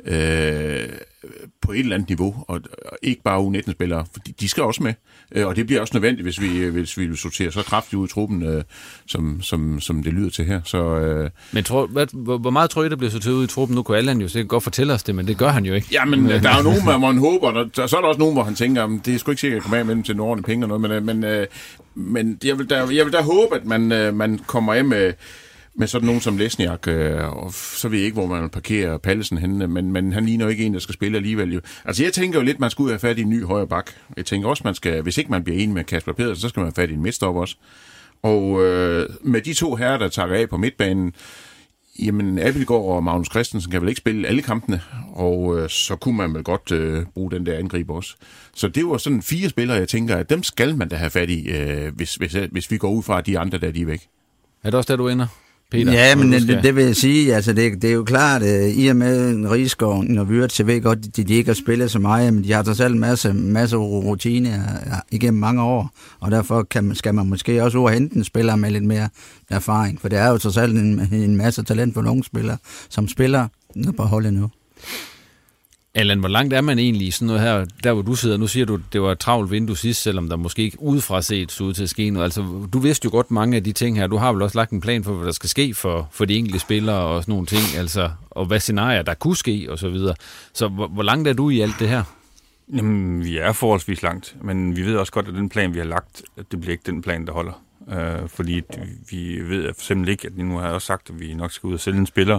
på et eller andet niveau, og ikke bare U19-spillere, for de skal også med. Og det bliver også nødvendigt, hvis vi vil sortere så kraftigt ud i truppen, som det lyder til her. Men hvor meget tror I, der bliver sorteret ud i truppen? Nu kunne Allan jo sikkert godt fortælle os det, men det gør han jo ikke. Jamen, der er jo nogen, hvor man håber, så er der også nogen, hvor han tænker, det er sgu ikke sikkert at komme af med dem til nogle ordentlige penge og noget, men jeg vil da håbe, at man kommer af med sådan nogen som Lesniak, og så ved jeg ikke, hvor man parkerer Pallesen henne, men han ligner jo ikke en, der skal spille alligevel. Jo. Altså jeg tænker jo lidt, man skal ud og have fat i en ny højre bak. Jeg tænker også, man skal, hvis ikke man bliver enig med Kasper Pedersen, så skal man have fat i en midtstopper også. Og med de to herrer, der tager af på midtbanen, jamen Abildgaard og Magnus Christensen kan vel ikke spille alle kampene, og så kunne man vel godt bruge den der angriber også. Så det var sådan 4 spillere, jeg tænker, at dem skal man da have fat i, hvis vi går ud fra, at de andre der de er væk. Er det også der, du ender? Peter, ja, men det vil jeg sige, altså det er jo klart, i og med Rigsgaard og Wirtz, jeg ved godt, de ikke har spillet så meget, men de har selv masser rutine igennem mange år, og derfor skal man måske også hente en spiller med lidt mere erfaring, for det er jo trods alt en masse talent for nogle spillere, som spiller på holdet nu. Allan, hvor langt er man egentlig i sådan noget her, der hvor du sidder? Nu siger du, det var et travlt vindue sidst, selvom der måske ikke udefra set så ud til at ske noget. Altså, du vidste jo godt mange af de ting her. Du har vel også lagt en plan for, hvad der skal ske for de enkelte spillere og sådan nogle ting, altså, og hvad scenarier der kunne ske og så videre. Så hvor langt er du i alt det her? Jamen, vi er forholdsvis langt, men vi ved også godt, at den plan, vi har lagt, at det bliver ikke den plan, der holder. Fordi vi ved for eksempel ikke, at nu har jeg også sagt, at vi nok skal ud og sælge en spiller,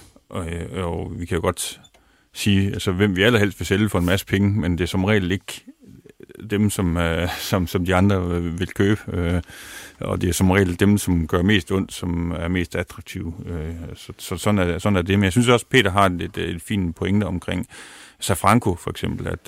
og vi kan jo godt sige, altså hvem vi allerhelst vil sælge for en masse penge, men det er som regel ikke dem, som de andre vil købe, og det er som regel dem, som gør mest ondt, som er mest attraktive. Så sådan er det. Men jeg synes også, Peter har et fint pointe omkring Safranco for eksempel, at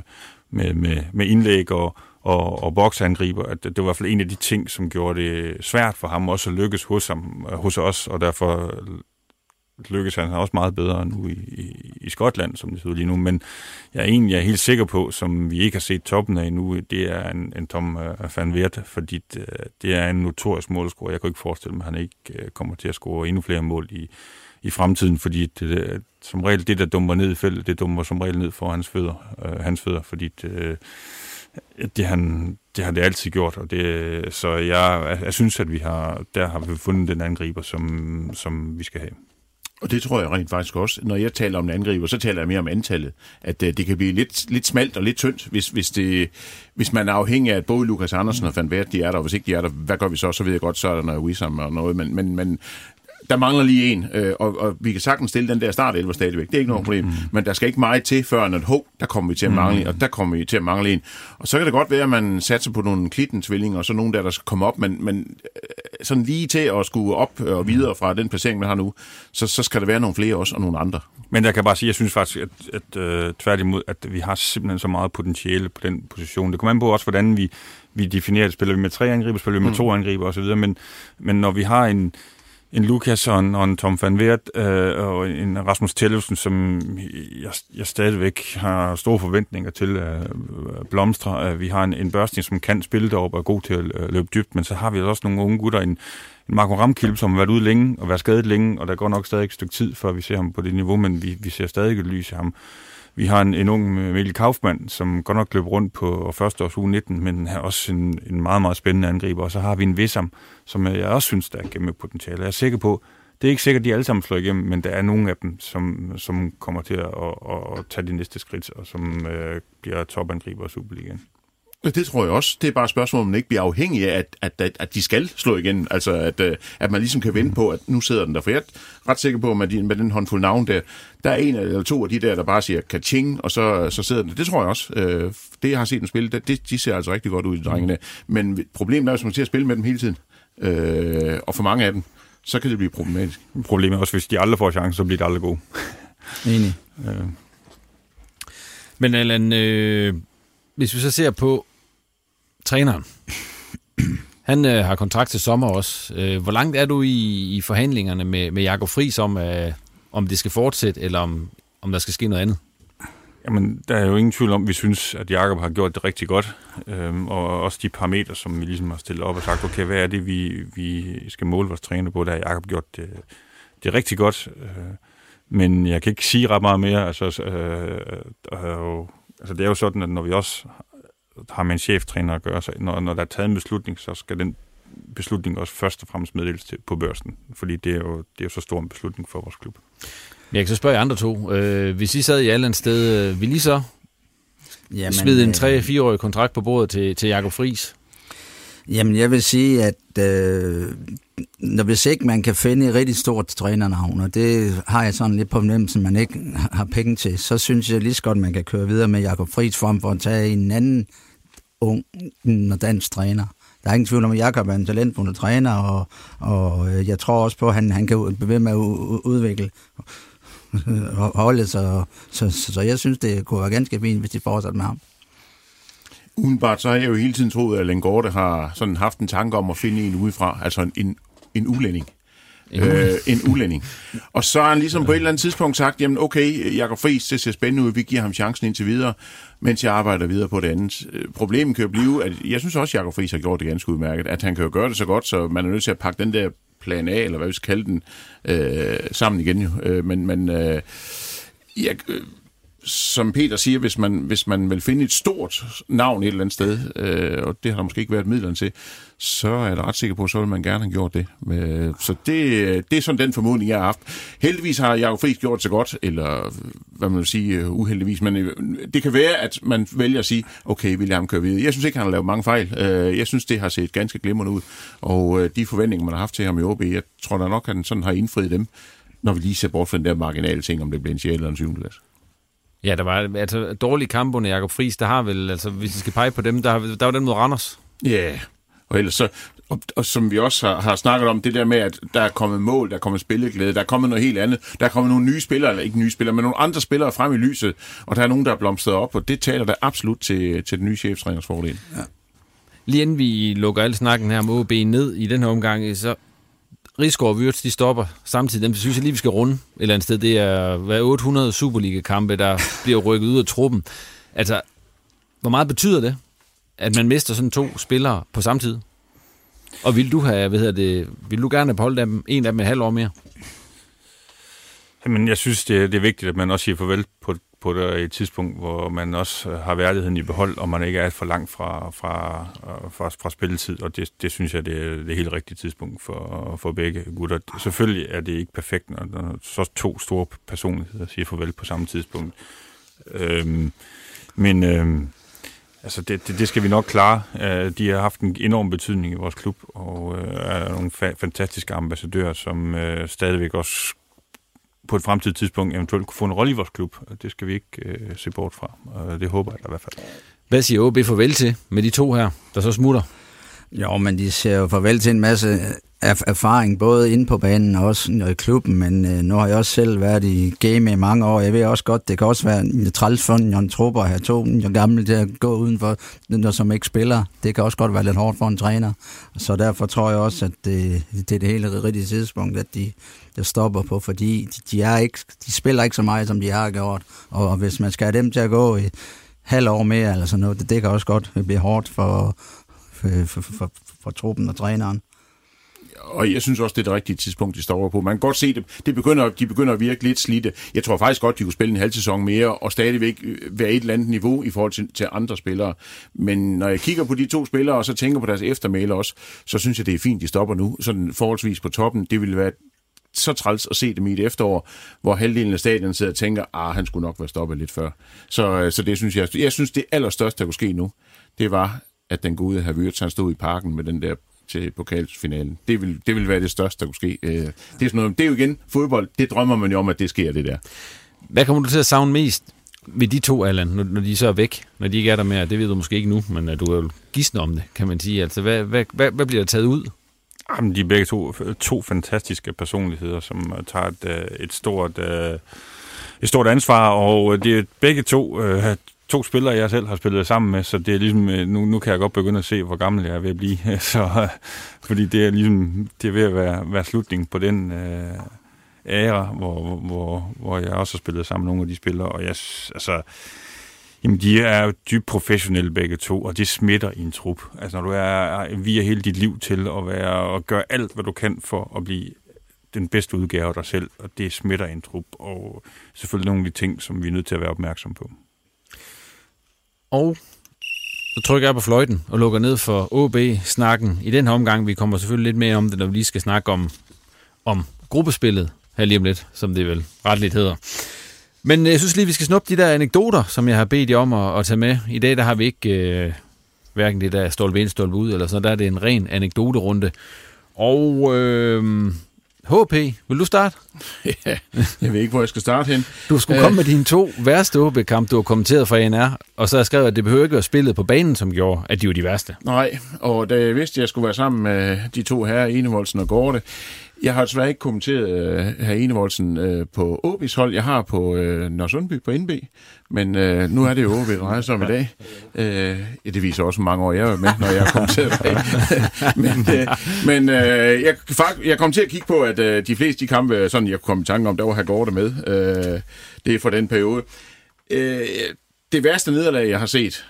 med indlæg og boksangriber, at det var i hvert fald en af de ting, som gjorde det svært for ham også at lykkes hos os, og derfor lykkes han også meget bedre nu i Skotland, som det ser ud lige nu. Men jeg er helt sikker på, som vi ikke har set toppen af endnu, det er en Tom van Weert, fordi det er en notorisk målscorer. Jeg kan ikke forestille mig, at han ikke kommer til at score endnu flere mål i fremtiden, fordi det, som regel det, der dumper ned i feltet, det dumper som regel ned for hans fødder, fordi det har det altid gjort, og så jeg synes, at vi har fundet den angriber, som vi skal have. Og det tror jeg rent faktisk også. Når jeg taler om en angriber, så taler jeg mere om antallet. At det kan blive lidt smalt og lidt tyndt, hvis man er afhængig af, at både Lukas Andersen og Van Wert, de er der, og hvis ikke de er der, hvad gør vi så? Så ved jeg godt, så er der noget Wissam og noget, men der mangler lige en, og vi kan sagtens stille den der startelver stadigvæk. Det er ikke noget problem, men der skal ikke meget til, før at der kommer vi til at mangle en, og der kommer vi til at mangle en. Og så kan det godt være, at man satser på nogle Klitten-tvillinger, og så nogle der skal komme op, men sådan lige til at skulle op og videre fra den placering, man har nu, så skal der være nogle flere også, og nogle andre. Men jeg kan bare sige, jeg synes faktisk, at tværtimod, at vi har simpelthen så meget potentiale på den position. Det kommer an på også, hvordan vi definerer det. Spiller vi med 3 angriber, spiller vi med 2 angriber osv., men når vi har en Lukas og en Tom van Wert og en Rasmus Tellefsen, som jeg stadigvæk har store forventninger til at blomstre. Vi har en Børsting, som kan spille deroppe og er god til at løbe dybt, men så har vi også nogle unge gutter, en Marco Ramkilp, som har været ude længe og været skadet længe, og der går nok stadig et stykke tid, før vi ser ham på det niveau, men vi ser stadig et lys af ham. Vi har en ung Mikkel Kaufmann, som godt nok løb rundt på første års uge 19, men har også en meget, meget spændende angriber. Og så har vi en Wissam, som jeg også synes, der er gennem potentiale. Jeg er sikker på, det er ikke sikkert, at de alle sammen slår igennem, men der er nogle af dem, som kommer til at tage de næste skridt, og som bliver topangriber i Superligaen. Det tror jeg også. Det er bare et spørgsmål, om man ikke bliver afhængig af, at de skal slå igen. Altså, at man ligesom kan vente på, at nu sidder den der. For jeg er ret sikker på, at med den håndfuld navn der er en eller 2 af de der bare siger kaching, og så sidder den. Det tror jeg også. Det, jeg har set dem spille, de ser altså rigtig godt ud, de drengene. Men problemet er, hvis man til at spille med dem hele tiden, og for mange af dem, så kan det blive problematisk. Problemet er også, hvis de aldrig får chancen, så bliver det aldrig gode. Enig. Men Allan, hvis vi så ser på træneren, han har kontrakt til sommer også. Hvor langt er du i forhandlingerne med Jakob Friis om det skal fortsætte, eller om der skal ske noget andet? Jamen, der er jo ingen tvivl om, at vi synes, at Jakob har gjort det rigtig godt. Og også de parametre, som vi ligesom har stillet op og sagt, okay, hvad er det, vi skal måle vores træner på? Der har Jakob gjort det rigtig godt. Men jeg kan ikke sige ret meget mere. Altså, det er jo sådan, at når vi også har med en cheftræner at gøre, så når der er taget en beslutning, så skal den beslutning også først og fremmest meddeles på børsen. Fordi det er jo så stor en beslutning for vores klub. Jeg kan så spørge andre 2. Hvis I sad i Allans sted, vil I så smide en 3-4-årig kontrakt på bordet til Jakob Friis? Jamen, jeg vil sige, at hvis ikke man kan finde et rigtig stort trænernavn, og det har jeg sådan lidt på fornemmelsen, man ikke har penge til, så synes jeg lige så godt, man kan køre videre med Jakob Friis frem for at tage en anden ung og dansk træner. Der er ingen tvivl om, at Jakob er en talentfuld træner, og jeg tror også på, at han kan blive ved med at udvikle holdet, så jeg synes, det kunne være ganske fint, hvis de fortsætter med ham. Udenbart så har jeg jo hele tiden troet, at Lengårde har sådan haft en tanke om at finde en udefra, altså en udlænding. En udlænding. Og så har han ligesom på et eller andet tidspunkt sagt, jamen okay, Jakob Friis, det ser spændende ud, vi giver ham chancen indtil videre, mens jeg arbejder videre på det andet. Problemet kan jo blive, at jeg synes også, at Jakob Friis har gjort det ganske udmærket, at han kan jo gøre det så godt, så man er nødt til at pakke den der plan A, eller hvad vi skal kalde den, sammen igen jo. Som Peter siger, hvis man vil finde et stort navn et eller andet sted, og det har der måske ikke været midlerne til, så er jeg ret sikker på, så vil man gerne have gjort det. Så det er sådan den formodning, jeg har haft. Heldigvis har Jakob Friis gjort så godt, eller hvad man vil sige, uheldigvis, men det kan være, at man vælger at sige, okay, vil jeg ham køre videre. Jeg synes ikke, han har lavet mange fejl. Jeg synes, det har set ganske glimrende ud, og de forventninger, man har haft til ham i OB, jeg tror da nok, at han sådan har indfriet dem, når vi lige ser bort fra den der marginale ting, om det bliver en 6. eller en 7. plads. Ja, der var dårlige kampe under Jakob Friis. Der har vel, altså hvis vi skal pege på dem, der var den mod Randers. Ja, og ellers så, og som vi også har snakket om, det der med, at der er kommet mål, der er kommet spilleglæde, der er kommet noget helt andet, der er kommet nogle nye spillere, eller ikke nye spillere, men nogle andre spillere frem i lyset, og der er nogen, der er blomstret op, og det taler der absolut til den nye cheftræners fordel. Ja. Lige inden vi lukker alle snakken her om OB ned i den her omgang, så Rigsgaard og Würtz, de stopper samtidig. Dem synes jeg lige, vi skal runde et eller andet sted. Det er 800 Superliga-kampe, der bliver rykket ud af truppen. Altså, hvor meget betyder det, at man mister sådan 2 spillere på samme tid? Og vil du gerne beholde en af dem et halvt år mere? Jamen, jeg synes, det er vigtigt, at man også siger farvel på det et tidspunkt, hvor man også har værdigheden i behold, og man ikke er for langt fra spilletid, og det synes jeg, det er det helt rigtige tidspunkt for begge gutter. Selvfølgelig er det ikke perfekt, når så 2 store personligheder siger farvel på samme tidspunkt. Altså det skal vi nok klare. De har haft en enorm betydning i vores klub, og er nogle fantastiske ambassadører, som stadigvæk også på et fremtidigt tidspunkt eventuelt kunne få en rolle i vores klub. Det skal vi ikke se bort fra, og det håber jeg da i hvert fald. Hvad siger OB farvel til med de 2 her, der så smutter? Jo, men de ser jo farvel til en masse erfaring, både inde på banen og også i klubben, men nu har jeg også selv været i game i mange år. Jeg ved også godt, det kan også være en træls for en trupper at have 2 gamle til at gå udenfor, der som ikke spiller. Det kan også godt være lidt hårdt for en træner. Så derfor tror jeg også, at det er det hele rigtige tidspunkt, at de stopper på, fordi de spiller ikke så meget, som de har gjort. Og hvis man skal have dem til at gå i halv år mere, eller sådan noget, det kan også godt blive hårdt for truppen og træneren. Og jeg synes også, det er det rigtige tidspunkt, de står på. Man kan godt se det. De begynder at virke lidt slidte. Jeg tror faktisk godt, de kunne spille en halv sæson mere, og stadigvæk være et eller andet niveau i forhold til andre spillere. Men når jeg kigger på de 2 spillere, og så tænker på deres eftermæle også, så synes jeg, det er fint, de stopper nu. Sådan forholdsvis på toppen. Det ville være så træls at se dem i et efterår, hvor halvdelen af stadion sidder og tænker, han skulle nok være stoppet lidt før. Så det synes jeg synes, det allerstørste, der kunne ske nu, det var, at den gode Havertz, han stod i parken med den der til pokalfinalen. Det vil være det største, der kunne ske. Det er sådan noget, det er jo igen fodbold. Det drømmer man jo om, at det sker, det der. Hvad kommer du til at savne mest ved de 2, Allan, når de så er væk? Når de ikke er der mere? Det ved du måske ikke nu, men du er jo gidsende om det, kan man sige. Altså, hvad bliver der taget ud? Jamen, de er begge to fantastiske personligheder, som tager et stort ansvar, og det er begge to spillere, jeg selv har spillet sammen med, så det er ligesom, nu kan jeg godt begynde at se, hvor gammel jeg er ved at blive, så, fordi det er ligesom, det er ved at være slutningen på den æra, hvor jeg også har spillet sammen med nogle af de spillere, og jamen, de er jo dybt professionelle begge 2, og det smitter i en trup. Altså, når du viger hele dit liv til at gøre alt, hvad du kan for at blive den bedste udgave af dig selv, og det smitter i en trup, og selvfølgelig nogle af de ting, som vi er nødt til at være opmærksom på. Og så trykker jeg på fløjten og lukker ned for OB-snakken i den her omgang. Vi kommer selvfølgelig lidt mere om det, når vi lige skal snakke om gruppespillet her lige om lidt, som det vel retligt hedder. Men jeg synes lige, vi skal snuppe de der anekdoter, som jeg har bedt jer om at tage med. I dag der har vi ikke hverken det der stolpe ind, stolpe ud, eller sådan. Der er det en ren anekdoterunde. Og HP, vil du starte? Ja, jeg ved ikke, hvor jeg skal starte hen. Du skulle komme med dine 2 værste OB-kampe, du har kommenteret fra ANR, og så har jeg skrevet, at det behøver ikke være spillet på banen, som gjorde, at de var de værste. Nej, og da jeg vidste, at jeg skulle være sammen med de 2 herrer, Enevoldsen og Gorte, jeg har desværre ikke kommenteret herr Enevoldsen på OB's hold. Jeg har på Nørresundby på NB, men nu er det jo OB, der drejer sig om i dag. Det viser også, mange år jeg er med, når jeg har kommenteret men jeg kom til at kigge på, at de fleste de kampe, sådan jeg kunne komme i tanke om, der var herr Gorte med. Det er for den periode. Det værste nederlag, jeg har set,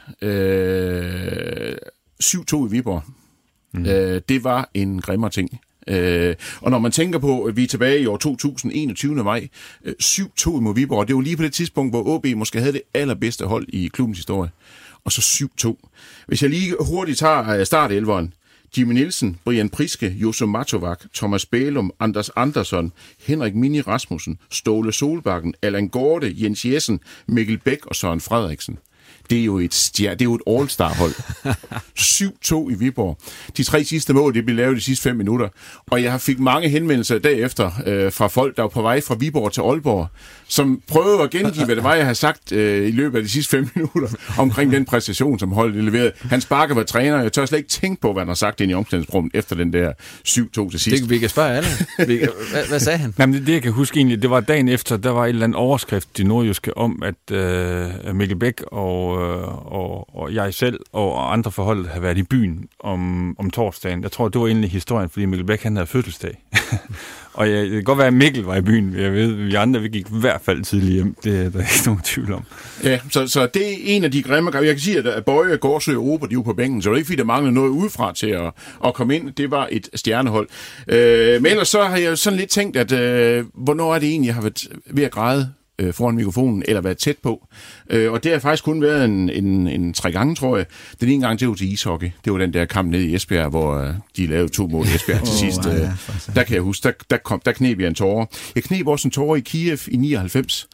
7-2 i Viborg, det var en grimmer ting. Og når man tænker på, at vi er tilbage i år 2021. maj, 7-2 mod Viborg, det var lige på det tidspunkt, hvor OB måske havde det allerbedste hold i klubbens historie. Og så 7-2. Hvis jeg lige hurtigt tager startelveren. Jimmy Nielsen, Brian Priske, Josu Matovac, Thomas Bælum, Anders Andersson, Henrik Mini Rasmussen, Ståle Solbakken, Allan Gorte, Jens Jessen, Mikkel Bæk og Søren Frederiksen. Det er jo et all-star-hold. 7-2 i Viborg. De 3 sidste mål, det blev lavet de sidste 5 minutter. Og jeg fik mange henvendelser derefter fra folk, der var på vej fra Viborg til Aalborg, som prøvede at gengive, hvad det var, jeg havde sagt i løbet af de sidste 5 minutter omkring den præstation, som holdet leverede. Hans Bakke var træner. Jeg tør slet ikke tænke på, hvad han har sagt ind i omklædningsrummet efter den der 7-2 til sidst. Vi kan spørge alle. Hvad sagde han? Jamen, det jeg kan huske egentlig, det var dagen efter, der var et eller andet overskrift i Nordjyske om, at Mikkel Bæk og jeg selv og andre forhold havde været i byen om torsdagen. Jeg tror, det var egentlig historien, fordi Mikkel Bæk, han havde fødselsdag. Og det kan godt være, at Mikkel var i byen. Jeg ved, vi andre, vi gik i hvert fald tidligt hjem. Det er der ikke nogen tvivl om. Ja, så det er en af de grimme. Jeg kan sige, at Bøje, Gårdsø og Europa, de var på bænken, så det er ikke, fordi der manglede noget udefra til at komme ind. Det var et stjernehold. Men ellers så har jeg sådan lidt tænkt, at hvornår er det egentlig, jeg har været ved at græde foran mikrofonen, eller været tæt på. Og det har faktisk kun været en 3 gange, tror jeg. Den ene gang, det var til ishockey. Det var den der kamp nede i Esbjerg, hvor de lavede 2 mål i Esbjerg til sidst. Der kan jeg huske, der kneb jeg en tåre. Jeg kneb også en tåre i Kiev i 99,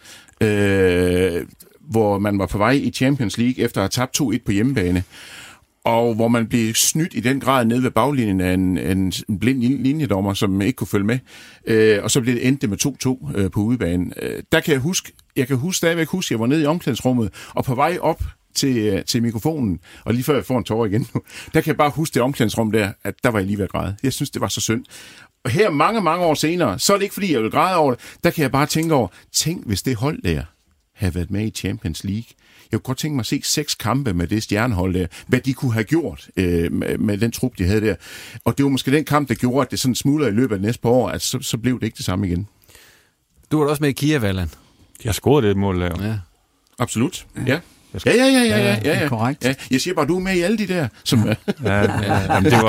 hvor man var på vej i Champions League, efter at have tabt 2-1 på hjemmebane. Og hvor man blev snydt i den grad nede ved baglinjen af en blind linjedommer, som ikke kunne følge med. Og så blev det endte med 2-2 på udebanen. Der kan jeg kan stadigvæk huske, jeg var nede i omklædningsrummet, og på vej op til mikrofonen, og lige før jeg får en tårer igen nu, der kan jeg bare huske det omklædningsrum der, at der var jeg lige ved at græde. Jeg synes, det var så synd. Og her mange år senere, så er det ikke, fordi jeg vil græde over det, der kan jeg bare tænke over, tænk hvis det hold der havde været med i Champions League. Jeg kunne godt tænke mig at se 6 kampe med det stjernehold der, hvad de kunne have gjort med den trup, de havde der. Og det var måske den kamp, der gjorde, at det sådan smuldrede i løbet af næste par år, at så blev det ikke det samme igen. Du var da også med i Kiev, Allan. Jeg scorede det mål der. Ja. Absolut, ja. Ja. Korrekt. Ja, jeg siger bare, du er med i alle de der. Som Jamen, det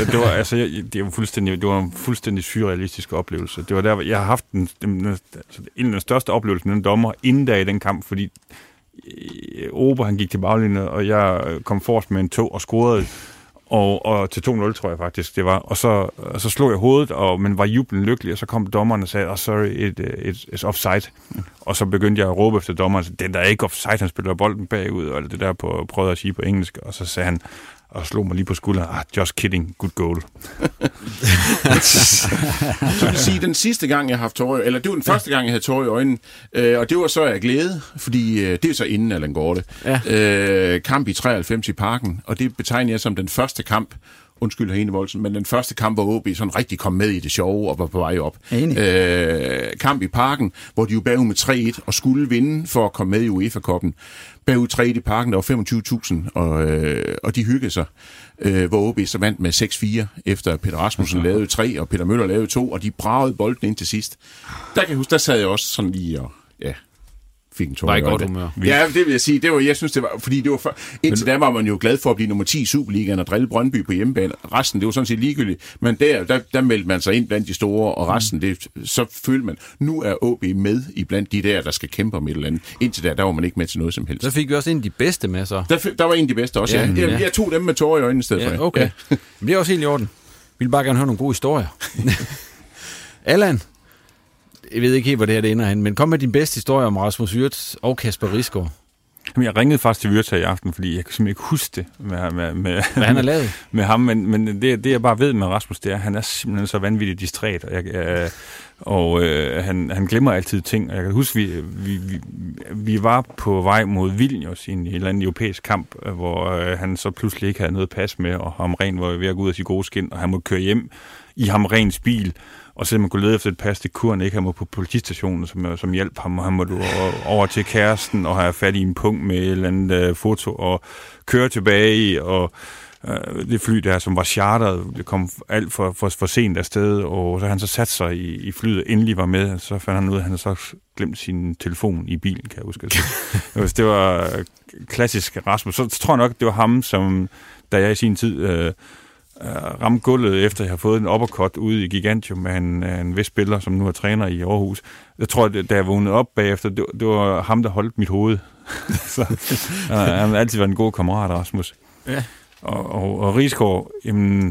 var en fuldstændig surrealistisk oplevelse. Det var der, jeg har haft en af de største oplevelser med den dommer inden der i den kamp, fordi Ober, han gik til baglinjen, og jeg kom forrest med en tog og scorede, og til 2-0, tror jeg faktisk, det var. Og så slog jeg hovedet, men var jublen lykkelig, og så kom dommeren og sagde, sorry, it's offside. Og så begyndte jeg at råbe efter dommeren, den der er ikke offside, han spiller bolden bagud, og det der prøvede at sige på engelsk, og så sagde han, og slog mig lige på skulderen, just kidding, good goal. Så vil sige, den sidste gang, jeg har haft tårer, eller det var den første gang, jeg havde tårer i øjnene, og det var så af glæde, fordi det er så inden Allan Gorte. Ja. Kamp i 93 i Parken, og det betegner jeg som den første kamp, undskyld Hene Voldsen, men den første kamp, hvor OB sådan rigtig kom med i det sjove og var på vej op. Kamp i Parken, hvor de jo bagud med 3-1 og skulle vinde for at komme med i UEFA-koppen. Bagud 3-1 i Parken, der var 25.000, og de hyggede sig. Hvor OB så vandt med 6-4, efter Peter Rasmussen lavede 3, og Peter Møller lavede 2, og de bragede bolden ind til sidst. Der kan jeg huske, der sad jeg også sådan lige og fik en tår. Var i godt humør. Ja, det vil jeg sige. Jeg synes, det var, fordi det var indtil da var man jo glad for at blive nummer 10 i Superligaen og drille Brøndby på hjemmebane. Resten, det var sådan set ligegyldigt. Men der meldte man sig ind blandt de store, og resten, så følte man, nu er OB med i blandt de der skal kæmpe om et eller andet. Indtil der var man ikke med til noget som helst. Så fik vi også en af de bedste med, så. Der var en af de bedste også, ja. Jeg tog dem med tårer i øjnene i stedet for. Okay. Ja. Det er også helt i orden. Vi vil bare gerne høre nogle gode historier. Allan, jeg ved ikke helt, hvor det her det ender hen, men kom med din bedste historie om Rasmus Wirtz og Kasper Risgaard. Jamen, jeg ringede faktisk til Wirtz her i aften, fordi jeg kan simpelthen ikke huske det med hvad han har lavet med ham, men det jeg bare ved med Rasmus, det er, at han er simpelthen så vanvittigt distræt, og han glemmer altid ting. Og jeg kan huske, vi var på vej mod Vilnius i en eller anden europæisk kamp, hvor han så pludselig ikke havde noget pas med, og Hamren var ved at gå ud af sit gode skin, og han måtte køre hjem i Hamrens bil, og så man kunne lede efter et pas til kuren, ikke? Han må på politistationen, som hjalp ham, og han måtte over til kæresten og have fat i en punkt med et eller andet foto, og køre tilbage, og det fly der, som var charteret, det kom alt for sent afsted, og så han så satte sig i flyet, endelig var med, så fandt han ud af, at han havde så glemt sin telefon i bilen, kan jeg huske. Det var klassisk Rasmus. Så tror jeg nok, det var ham, som, da jeg i sin tid ramte gulvet, efter jeg har fået en uppercut ude i Gigantium med en vis spiller, som nu er træner i Aarhus. Jeg tror, da jeg vågnede op bagefter, det var ham, der holdt mit hoved. Så han har altid været en god kammerat, Rasmus. Ja. Og Risgaard, jamen,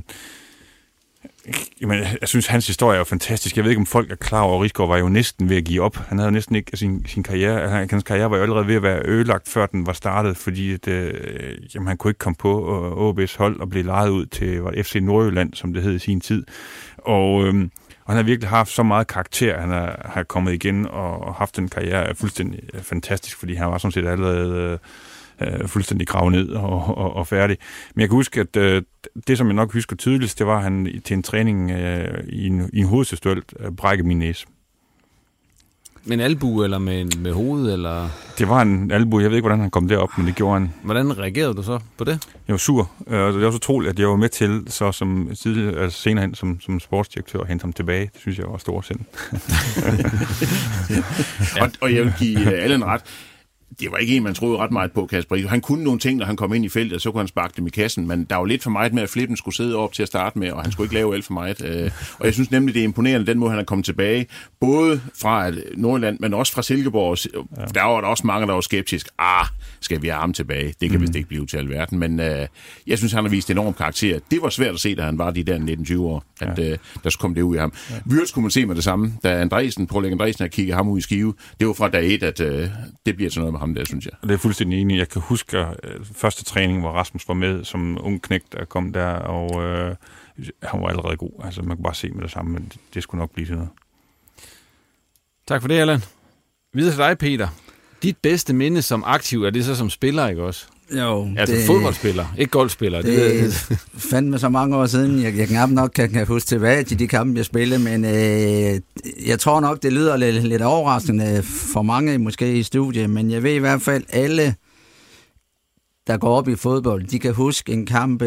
jeg synes, hans historie er fantastisk. Jeg ved ikke, om folk er klar over, at Risgaard var jo næsten ved at give op. Han havde næsten ikke sin karriere. Hans karriere var jo allerede ved at være ødelagt, før den var startet, fordi han kunne ikke komme på AaB's hold og blive lejet ud til FC Nordjylland, som det hed i sin tid. Og han har virkelig haft så meget karakter, han har kommet igen og haft en karriere fuldstændig fantastisk, fordi han var sådan set allerede fuldstændig gravet ned og færdig. Men jeg kan huske, at det, som jeg nok husker tydeligst, det var, at han til en træning i en hovedstødsduel brækkede min næse. Med en albu eller med hovedet? Eller? Det var en albu. Jeg ved ikke, hvordan han kom derop, men det gjorde han. Hvordan reagerede du så på det? Jeg var sur. Det var så troligt, at jeg var med til så senere hen som sportsdirektør at hente ham tilbage. Det synes jeg var storsind. Og jeg vil give Allan ret. det var ikke en, man troede ret meget på, Kasper Riegel. Han kunne nogle ting, når han kom ind i feltet, og så kunne han sparke dem i kassen, men der var lidt for meget med, at Flippen skulle sidde op til at starte med, og han skulle ikke lave alt for meget. Og jeg synes nemlig, det er imponerende, den måde, han er kommet tilbage, både fra Nordjylland, men også fra Silkeborg. Der var der også mange, der var skeptisk. Skal vi have ham tilbage? Det kan vist ikke blive til alverden, men jeg synes, han har vist enorm karakter. Det var svært at se, da han var de der 19-20 år, at der skulle komme det ud i ham. Würz kunne man se med det samme, da Poul Andresen har kigget ham ud i Skive. Det var fra dag 1, at det bliver til noget med ham der, synes jeg. Og det er fuldstændig enig. Jeg kan huske første træning, hvor Rasmus var med som ung knægt, der kom der, og han var allerede god. Altså, man kunne bare se med det samme, men det skulle nok blive til noget. Tak for det, Allan. Videre til dig, Peter. Dit bedste minde som aktiv, er det så som spiller, ikke også? Jo. Altså fodboldspiller, ikke golfspiller. Det fandme så mange år siden. Jeg knap nok kan huske tilbage til de kampe, jeg spillede, men jeg tror nok, det lyder lidt overraskende for mange måske i studiet, men jeg ved i hvert fald, alle, der går op i fodbold, de kan huske en kamp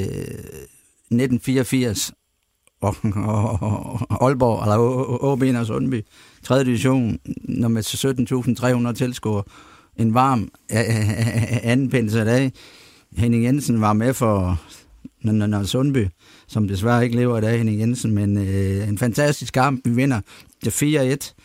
1984 og Aalborg, eller OB og Sundby, 3. division, når med 17.300 tilskuere. En varm anden pinsedag. Henning Jensen var med for Sundby, som desværre ikke lever i dag, Henning Jensen, men en fantastisk kamp. Vi vinder det 4-1.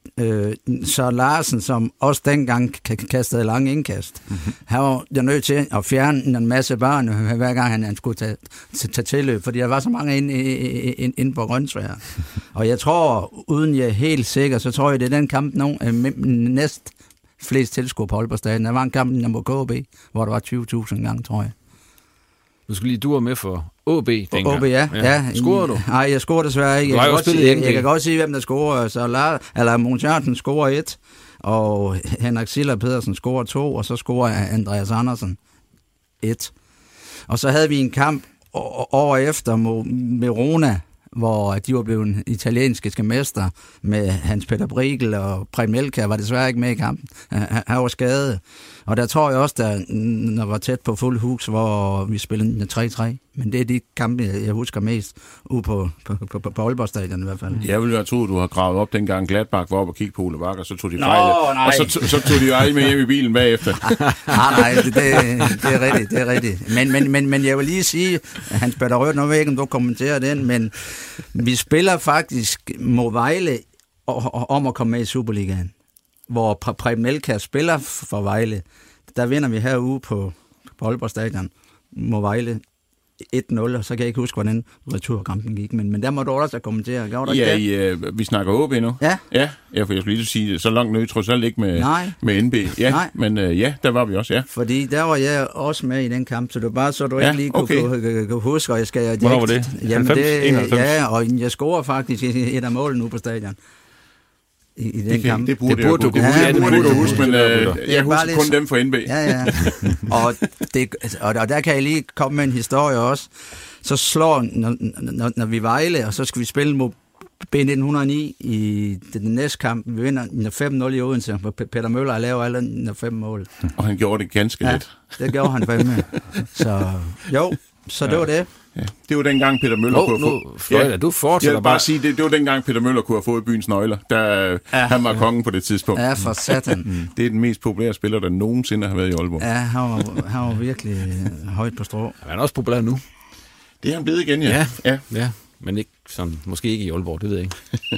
Så Larsen, som også dengang kastede lange indkast, han var nødt til at fjerne en masse barn, hver gang han skulle tage tilløb, fordi der var så mange inde på Grønsvær. Og jeg tror, uden jeg er helt sikker, så tror jeg, det er den kamp, næst flest tilskuere på Aalborg Stadion. Der var en kamp mod KB, hvor der var 20.000 gange, tror jeg. Du var med for OB dengang. OB, ja. Scorede du? Nej, jeg scorede desværre ikke. Jeg kan godt sige, hvem der scorede. Så Mogens Jørgensen scorer 1, og Henrik Siller Pedersen scorer 2, og så scorer Andreas Andersen 1. Og så havde vi en kamp år efter med Rona, hvor de var blevet italienske mester med Hans Peter Briegel, og Preben Elkjær var desværre ikke med i kampen. Han var skadet. Og der tror jeg også, der var tæt på fuld hus, hvor vi spillede 3-3. Men det er de kampe, jeg husker mest ude på Aalborg Stadion i hvert fald. Jeg ville have troet, du har gravet op, dengang Gladbach var op og kigge på Ole Bagger, så tog de fejl. Og så tog de ej med hjem i bilen bagefter. Nej, det er rigtigt. Men jeg vil lige sige, Hans Peter Rødt, nu ved jeg ikke, om du kommenterer den, men vi spiller faktisk mod Vejle om at komme med i Superligaen, hvor Preben Elkjær spiller for Vejle. Der vinder vi herude på Aalborg Stadion mod Vejle 1-0, og så kan jeg ikke huske, hvordan returkampen gik, men der må du også kommentere. Vi snakker OB nu. Ja. Ja, for jeg skulle lige sige, så langt nødt trods alt ikke med NB. Ja, nej. Men der var vi også, ja. Fordi der var jeg også med i den kamp, så det var bare så, du ikke lige kunne huske, og jeg skal... Hvornår var det? Jamen 91? Ja, og jeg scorer faktisk et af målene nu på stadion. I den kamp. Det burde du huske, men jeg husker kun dem for NB. Ja. Og der kan jeg lige komme med en historie også. Så slår, når vi Vejle, og så skal vi spille mod B1909 i den næste kamp. Vi vinder 5-0 i Odense, hvor Peter Møller laver alle 5 mål. Og han gjorde det ganske let. Det gjorde han fandme. Så det var det. Ja, det var dengang Peter Møller kunne have fået... Du fortsætter bare sige, det var dengang Peter Møller kunne have fået byens nøgler, da han var kongen på det tidspunkt. Ja, for satan. Det er den mest populære spiller, der nogensinde har været i Aalborg. Ja, han var virkelig højt på strå. Er han også populær nu? Det er han blevet igen, ja. Ja, men ikke sådan, måske ikke i Aalborg, det ved jeg ikke.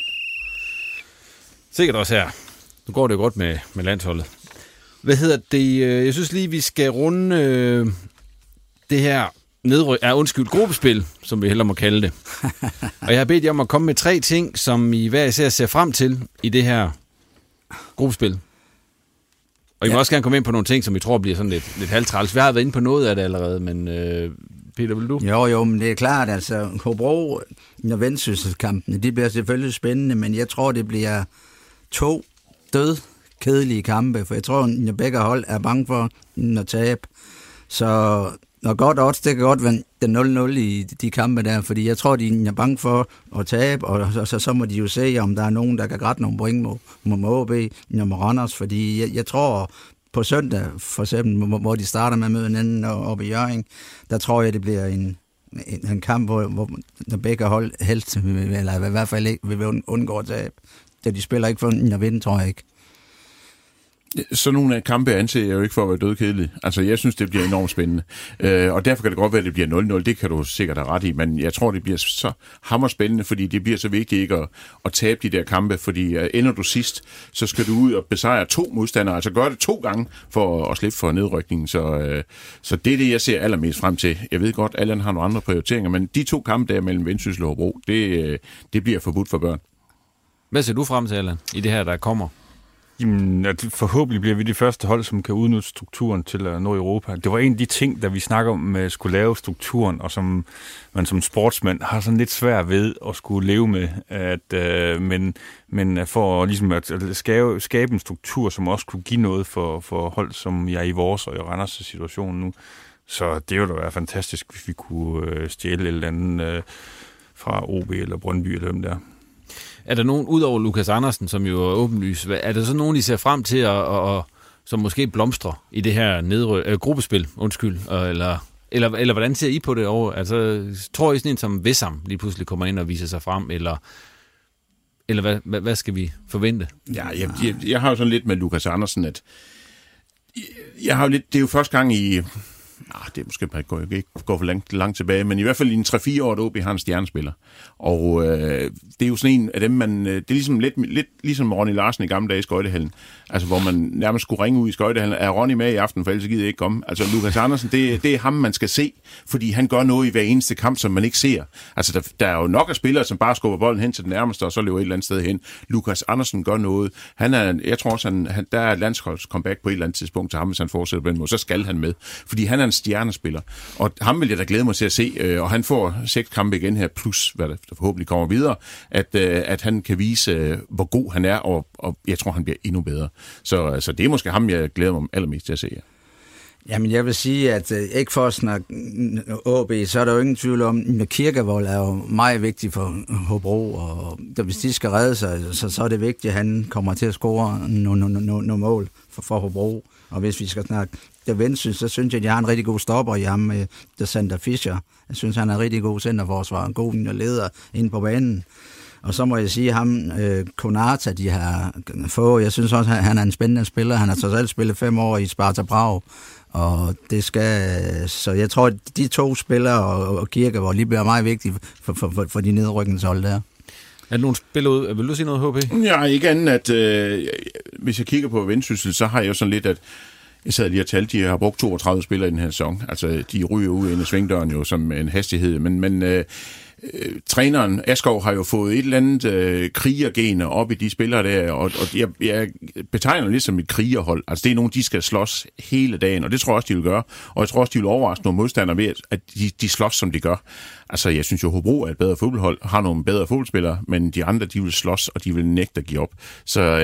Sikkert også her. Nu går det jo godt med landsholdet. Hvad hedder det? Jeg synes lige, vi skal runde det her gruppespil, som vi hellere må kalde det. Og jeg har bedt jer om at komme med 3 ting, som I hver især ser frem til i det her gruppespil. Og I må også gerne komme ind på nogle ting, som I tror bliver sådan lidt halvtræls. Vi har været inde på noget af det allerede, men Peter, vil du? Jo, men det er klart, altså Hobro og Vendsyssel-kampene, de bliver selvfølgelig spændende, men jeg tror, det bliver 2 kedelige kampe, for jeg tror, at begge hold er bange for at tabe. Så noget godt odds, det kan godt være den 0-0 i de kampe der, fordi jeg tror, de er bange for at tabe, og så må de jo se, om der er nogen, der kan rette nogle point mod OB, mod Randers, fordi jeg tror på søndag, for eksempel, hvor de starter med at møde hinanden oppe i Hjørring, der tror jeg, det bliver en kamp, hvor begge hold helst, eller i hvert fald ikke vil undgå at tabe. De spiller ikke for at vinde, tror jeg ikke. Så nogle af kampe anser jeg jo ikke for at være dødkedelige. Altså, jeg synes, det bliver enormt spændende. Og derfor kan det godt være, at det bliver 0-0. Det kan du sikkert have ret i, men jeg tror, det bliver så hammerspændende, fordi det bliver så vigtigt ikke at tabe de der kampe, fordi ender du sidst, så skal du ud og besejre 2 modstandere, altså gøre det 2 gange for at slippe for nedrykningen. Så det er det, jeg ser allermest frem til. Jeg ved godt, Allan har nogle andre prioriteringer, men de 2 kampe der mellem Vendsyssel og Hobro, det bliver forbudt for børn. Hvad ser du frem til, Allan, i det her, der kommer? Jamen, forhåbentlig bliver vi de første hold, som kan udnytte strukturen til at nå Europa. Det var en af de ting, der vi snakker om at skulle lave strukturen, og som man som sportsmand har sådan lidt svært ved at skulle leve med. Men for ligesom at skabe en struktur, som også kunne give noget for hold, som jeg er i vores og i Randers' situation nu. Så det ville da være fantastisk, hvis vi kunne stjæle et eller andet fra OB eller Brøndby eller dem der. Er der nogen, udover Lukas Andersen, som jo er åbenlys, er der så nogen, I ser frem til, at som måske blomstrer i det her gruppespil, eller hvordan ser I på det over? Altså, tror I sådan en som Vessam lige pludselig kommer ind og viser sig frem, eller hvad skal vi forvente? Ja, jeg har jo sådan lidt med Lukas Andersen, at jeg har lidt, det er jo første gang i... det er måske ikke gå for langt tilbage, men i hvert fald i en 3-4 år, at OB har en stjernespiller. Og det er jo sådan en af dem, det er ligesom lidt ligesom Ronny Larsen i gamle dage i skøjtehallen. Altså, hvor man nærmest skulle ringe ud i skøjtehallen. Er Ronny med i aften, for ellers gider jeg ikke komme? Altså, Lukas Andersen, det er ham, man skal se, fordi han gør noget i hver eneste kamp, som man ikke ser. Altså, der er jo nok af spillere, som bare skubber bolden hen til den nærmeste, og så løber et eller andet sted hen. Lukas Andersen gør noget. Jeg tror også, der er et landsholds-comeback på et eller andet tidspunkt til ham, hvis han fortsætter på den måde. Så skal han med, fordi han er en stjernespiller. Og ham vil jeg da glæde mig til at se, og han får 6 kampe igen her, plus hvad der forhåbentlig kommer videre, at han kan vise, hvor god han er, og jeg tror, han bliver endnu bedre. Så det er måske ham, jeg glæder mig allermest til at se. Ja. Jamen, jeg vil sige, at ikke for at snakke OB, så er der jo ingen tvivl om, at Kirkevold er jo meget vigtig for Hobro, og hvis de skal redde sig, så er det vigtigt, at han kommer til at score nogle mål for Hobro. Og hvis vi skal snakke Vendsyssel, så synes jeg, at jeg har en rigtig god stopper i ham, der Sander Fischer. Jeg synes, han er en rigtig god centerforsvar, en god leder inde på banen. Og så må jeg sige, ham Konata, de har fået, jeg synes også, at han er en spændende spiller. Han har så selv spillet 5 år i Sparta Prag, og det skal... Så jeg tror, at de 2 spillere og Kirkevold lige bliver meget vigtige for de nedrykningshold der. Er der nogle spillere ud? Vil du sige noget, HP? Ja, ikke andet, at hvis jeg kigger på Vendsyssel, så har jeg jo sådan lidt, at jeg sad lige og talte, de har brugt 32 spillere i den her sæson. Altså, de ryger ud ind i svingdøren jo som en hastighed, men træneren Askov har jo fået et eller andet krigergener op i de spillere der, og jeg betegner det som et krigerhold. Altså, det er nogen, de skal slås hele dagen, og det tror jeg også, de vil gøre. Og jeg tror også, de vil overraske nogle modstandere ved, at de slås, som de gør. Altså, jeg synes jo, Hobro er et bedre fodboldhold, har nogle bedre fodboldspillere, men de andre, de vil slås, og de vil nægte at give op. Så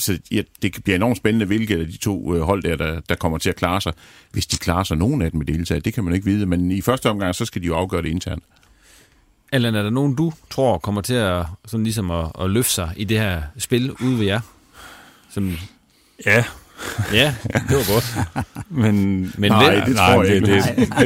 det bliver enormt spændende, hvilke af de 2 hold der kommer til at klare sig. Hvis de klarer sig nogen af dem i det hele taget, det kan man ikke vide, men i første omgang, så skal de jo afgøre det internt. Allan, er der nogen, du tror kommer til at, sådan ligesom at løfte sig i det her spil ude ved jer? Som... Ja. Ja, det var godt. Men nej, det tror jeg ikke.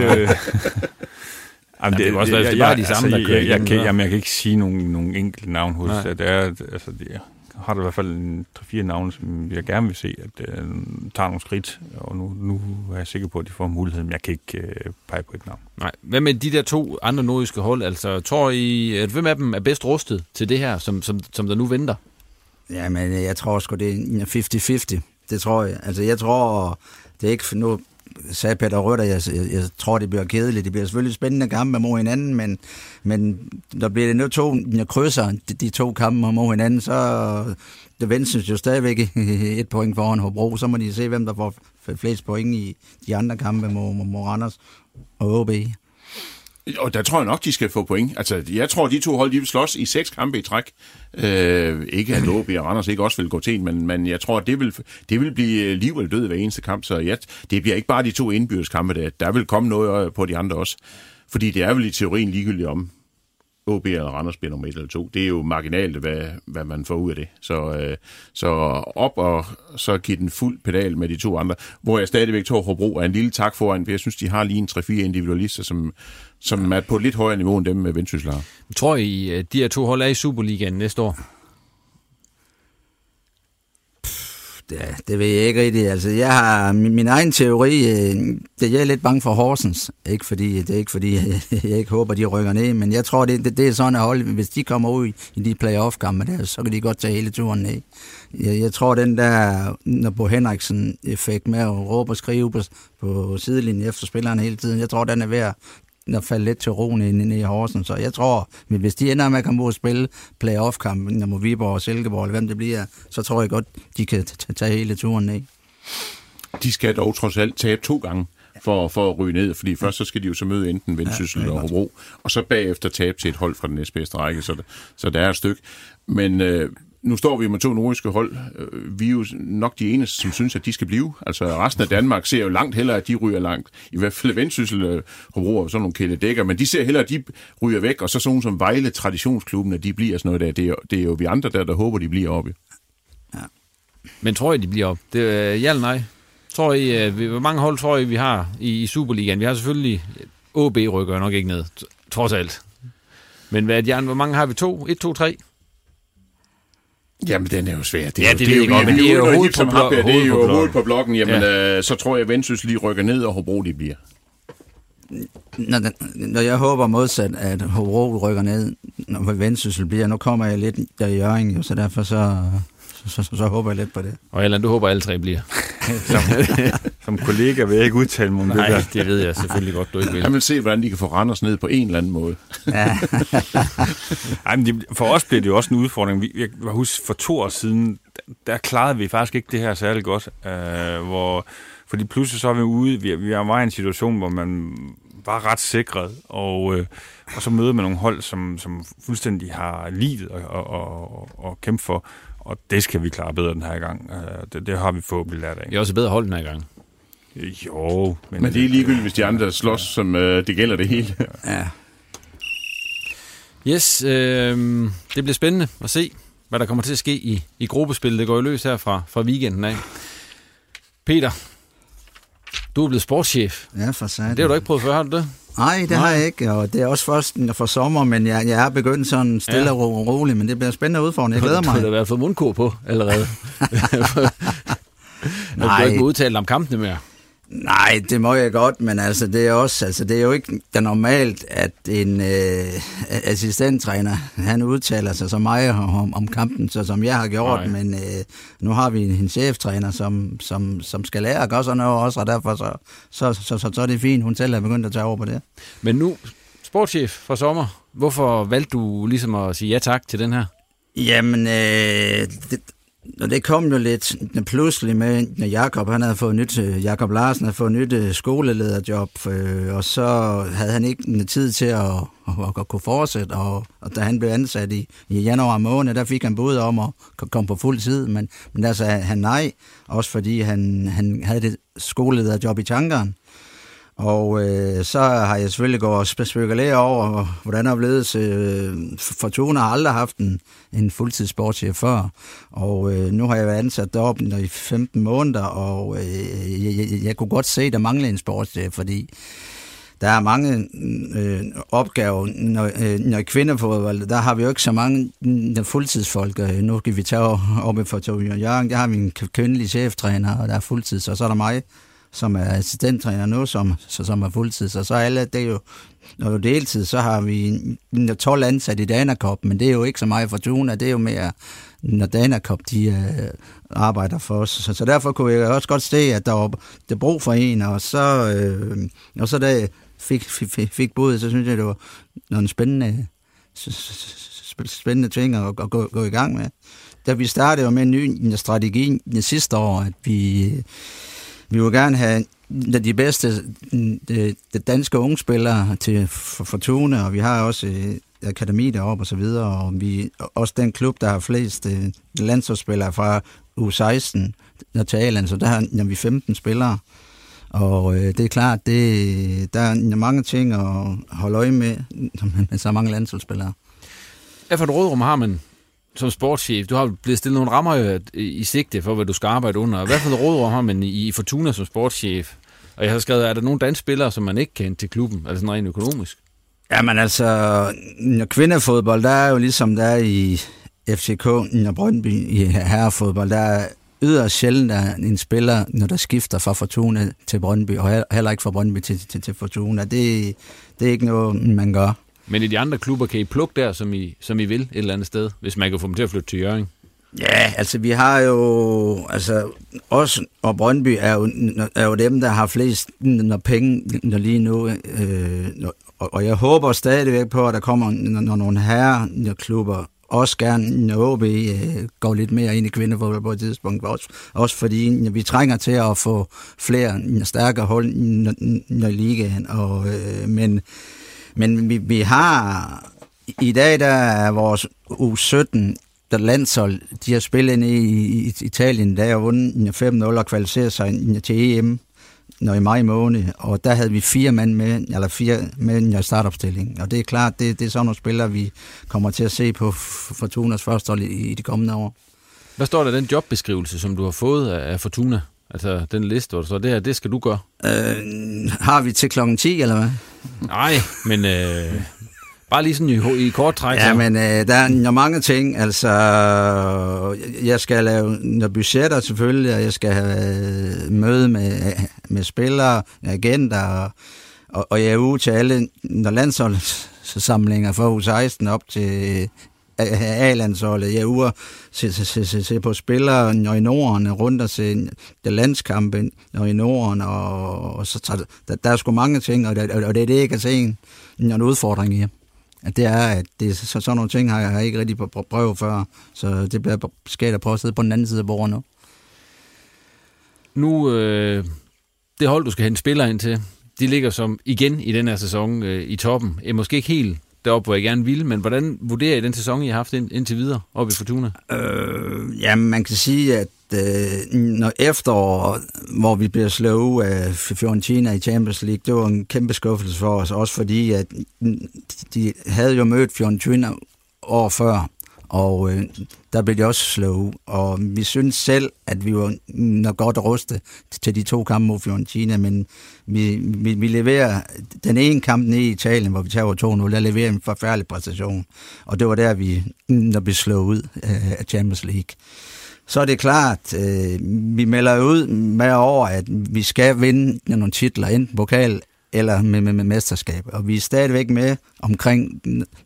Jamen, det er også det bare de samme, der kører. Jeg kan ikke sige nogle enkelte navn hos. Jeg har der i hvert fald 3-4 navne, som jeg gerne vil se, at tager nogle skridt, og nu er jeg sikker på, at de får muligheden, men jeg kan ikke pege på et navn. Nej. Hvad med de der 2 andre nordiske hold? Altså, tror I, at hvem af dem er bedst rustet til det her, som der nu venter? Jamen, jeg tror sgu, det er 50-50. Det tror jeg. Altså, jeg tror, det er ikke... Nu sagde Peter Røtter, jeg tror, det bliver kedeligt. Det bliver selvfølgelig spændende kampe mod hinanden, men der bliver det nu 2 krydser, de 2 kampe mod hinanden, så det Vendsyssel jo stadigvæk 1 point foran Hobro. Så må de se, hvem der får flest point i de andre kampe mod Randers og OB. Og der tror jeg nok, de skal få point. Altså, jeg tror, de 2 hold, de vil slås i 6 kampe i træk. Ikke at OB og Randers ikke også vil gå til, men jeg tror, at det vil blive liv eller død hver eneste kamp. Så det bliver ikke bare de 2 indbyrdeskampe. Der vil komme noget på de andre også. Fordi det er vel i teorien ligegyldigt om OB eller Randers bliver nummer 1 eller 2. Det er jo marginalt, hvad man får ud af det. Så op og så give den fuld pedal med de 2 andre, hvor jeg stadigvæk tror, Hobro er en lille tak foran, for jeg synes, de har lige en 3-4 individualister, som er på et lidt højere niveau end dem med Vendsyssel. Tror I, at de her 2 hold er i Superligaen næste år? Ja, det ved jeg ikke rigtigt. Altså, jeg har min egen teori, jeg er lidt bange for Horsens. Det er ikke fordi, jeg ikke håber, de rykker ned, men jeg tror, det er sådan et hold, hvis de kommer ud i de playoff-kampe der, så kan de godt tage hele turen ned. Jeg tror, den der, når Bo Henriksen-effekt med at råbe og skrive på sidelinjen efter spillerne hele tiden, jeg tror, den er ved at falde lidt til roen inde i Horsens. Så jeg tror, hvis de ender med at komme ud og spille playoff-kampen mod Viborg og Silkeborg, eller hvem det bliver, så tror jeg godt, de kan tage hele turen ned. De skal dog trods alt tabe 2 gange for at ryge ned, fordi først så skal de jo så møde enten Vendsyssel og Hobro, og så bagefter tabe til et hold fra den næstbedste række, så der er et stykke. Men nu står vi med 2 nordjyske hold. Vi er jo nok de eneste, som synes, at de skal blive. Altså resten af Danmark ser jo langt hellere, at de ryger langt. I hvert fald Vendsyssel, Hobro og sådan nogle kæledækker, men de ser hellere, at de ryger væk, og så sådan som Vejle, traditionsklubben, at de bliver sådan noget der. Det er jo vi andre der håber, de bliver oppe. Ja. Men tror I, de bliver oppe? Det er ja eller nej? Tror I, hvor mange hold tror I, vi har i Superligaen? Vi har selvfølgelig OB rykker nok ikke ned, trods alt. Men hvor mange har vi? 2? 1, 2, 3? Jamen, den er jo svær. Det ved jeg godt, men det er jo hovedet på blokken. Jamen, så tror jeg, at Vendsyssel lige rykker ned, og Hobro de bliver. Når jeg håber modsat, at Hobro rykker ned, når Vendsyssel bliver, nu kommer jeg lidt der i Hjørring, jo, så derfor så håber jeg lidt på det. Og Allan, du håber, alle 3 bliver. Som kollega vil jeg ikke udtale mig om det der. Nej, det ved jeg selvfølgelig godt, du ikke vil. Jeg vil se, hvordan de kan få Randers ned på en eller anden måde. Ja. Ej, men for os blev det jo også en udfordring. Jeg husker for 2 år siden, der klarede vi faktisk ikke det her særlig godt. Fordi pludselig så er vi ude, vi var i en situation, hvor man var ret sikret, og så møder man nogle hold, som fuldstændig har livet og kæmpe for. Og det skal vi klare bedre den her gang. Det har vi forhåbentlig lært af. Det er også bedre hold den her gang. Jo. Men det er ligegyldigt, hvis de andre slås, som det gælder det hele. Ja. Yes, det bliver spændende at se, hvad der kommer til at ske i gruppespillet. Det går jo løs her fra weekenden af. Peter, du er blevet sportschef. Ja, for satan. Det har du ikke prøvet før, har du det? Nej, det har jeg ikke, og det er også først for sommer, men jeg er begyndt sådan stille og roligt, men det bliver spændende udfordring. Jeg glæder mig. Du har da i hvert fald mundkur på allerede. Du har ikke udtalt om kampene mere. Nej, det må jeg godt, men altså det er også, altså det er jo ikke normalt, at en assistenttræner, han udtaler sig så meget om kampen, så som jeg har gjort. Nej. Men nu har vi en cheftræner, som skal lære at gøre sådan noget også, og derfor så er det fint, hun selv er begyndt at tage over på det. Men nu, sportschef for sommer, hvorfor valgte du ligesom at sige ja tak til den her? Jamen, det kom jo lidt pludselig med, når Jakob Larsen havde fået nyt skolelederjob, og så havde han ikke tid til at kunne fortsætte, og da han blev ansat i januar måned, der fik han bud om at komme på fuld tid, men der sagde han nej, også fordi han havde det skolelederjob i tankeren. Og så har jeg selvfølgelig gået og spekuleret over, hvordan er blevet. Fortuna har aldrig haft en fuldtidssportschef før, og nu har jeg været ansat deroppe i 15 måneder, og jeg kunne godt se, at der manglede en sportschef, fordi der er mange opgaver. Når kvindefodbold, der har vi jo ikke så mange fuldtidsfolk. Nu skal vi tage op i Fortuna Hjørring, der har vi en kvindelig cheftræner, og der er fuldtids, og så er der mig, som er assistenttræner nu, som er fuldtids, og så alle, det er jo, når det er deltid, så har vi 12 ansat i Dana Cup, men det er jo ikke så meget Fortuna, det er jo mere, når Dana Cup, de arbejder for os. Så derfor kunne jeg også godt se, at der var brug for en, og så da jeg fik budet, så synes jeg, det var nogle spændende ting at gå i gang med. Da vi startede jo med en ny strategi sidste år, at vi vil gerne have de bedste de danske unge spillere til Fortuna, og vi har også akademi deroppe og så videre, og vi også den klub, der har flest landsholdsspillere fra U16 til A-land, så der har vi 15 spillere, og det er klart, der er mange ting at holde øje med så mange landsholdsspillere. Hvad for et rådrum har man som sportschef? Du har blevet stillet nogle rammer i sigte for, hvad du skal arbejde under. Hvad for et rådrum har man i Fortuna som sportschef? Og jeg har skrevet, er der nogle danske spillere, som man ikke kendte til klubben, altså rent økonomisk? Jamen altså, når kvindefodbold, der er jo ligesom der i FCK, når Brøndby i herrefodbold, der yderst sjældent er en spiller, når der skifter fra Fortuna til Brøndby, og heller ikke fra Brøndby til Fortuna. Det er ikke noget, man gør. Men i de andre klubber kan I plukke der, som I vil et eller andet sted, hvis man kan få dem til at flytte til Hjørring? Ja, altså vi har jo, altså os og Brøndby er jo dem, der har flest penge lige nu, og jeg håber stadigvæk på, at der kommer nogle herreklubber, også gerne når OB går lidt mere ind i kvindefodbold på et tidspunkt, også fordi vi trænger til at få flere stærke hold i ligaen, men vi har i dag, der er vores U17 der landshold, de har spillet ind i Italien, der har vundet 5-0 og kvalificeret sig til EM i maj måned, og der havde vi 4 mænd i startopstillingen, og det er klart, det er sådan nogle spillere, vi kommer til at se på Fortunas første hold i de kommende år. Hvad står der den jobbeskrivelse, som du har fået af Fortuna? Altså den liste, hvor der står, det skal du gøre. Har vi til klokken 10, eller hvad? Nej, men bare lige sådan i kort træk. Ja, men der er mange ting. Altså, jeg skal lave nogle budgetter selvfølgelig, og jeg skal have møde med spillere, agenter, og jeg er ude til alle landsholdssamlinger fra U16 op til A-landsholdet. Jeg er ude og se på spillere i Norden, rundt og se landskampen i Norden, og så der er sgu mange ting, og det er det, jeg kan se en udfordring i. Det er, at sådan nogle ting har jeg ikke rigtig prøvet før, så det bliver skært at prøve at sidde på den anden side af bordet nu. Nu, det hold, du skal hente spillere ind til, de ligger som igen i den her sæson i toppen. Måske ikke helt deroppe, hvor jeg gerne vil, men hvordan vurderer I den sæson, I har haft indtil videre oppe i Fortuna? Jamen, man kan sige, at når efterår, hvor vi bliver slået ud af Fiorentina i Champions League, det var en kæmpe skuffelse for os, også fordi, at de havde jo mødt Fiorentina år før, og der blev de også slået ud, og vi synes selv, at vi var nok godt rustet til de 2 kampe mod Fiorentina, men vi leverer den ene kamp nede i Italien, hvor vi tager 2-0, der leverer en forfærdelig præstation, og det var der, der blev slået ud af Champions League. Så er det klart, vi melder ud med over, at vi skal vinde nogle titler, enten pokal eller med mesterskab, og vi er stadigvæk med omkring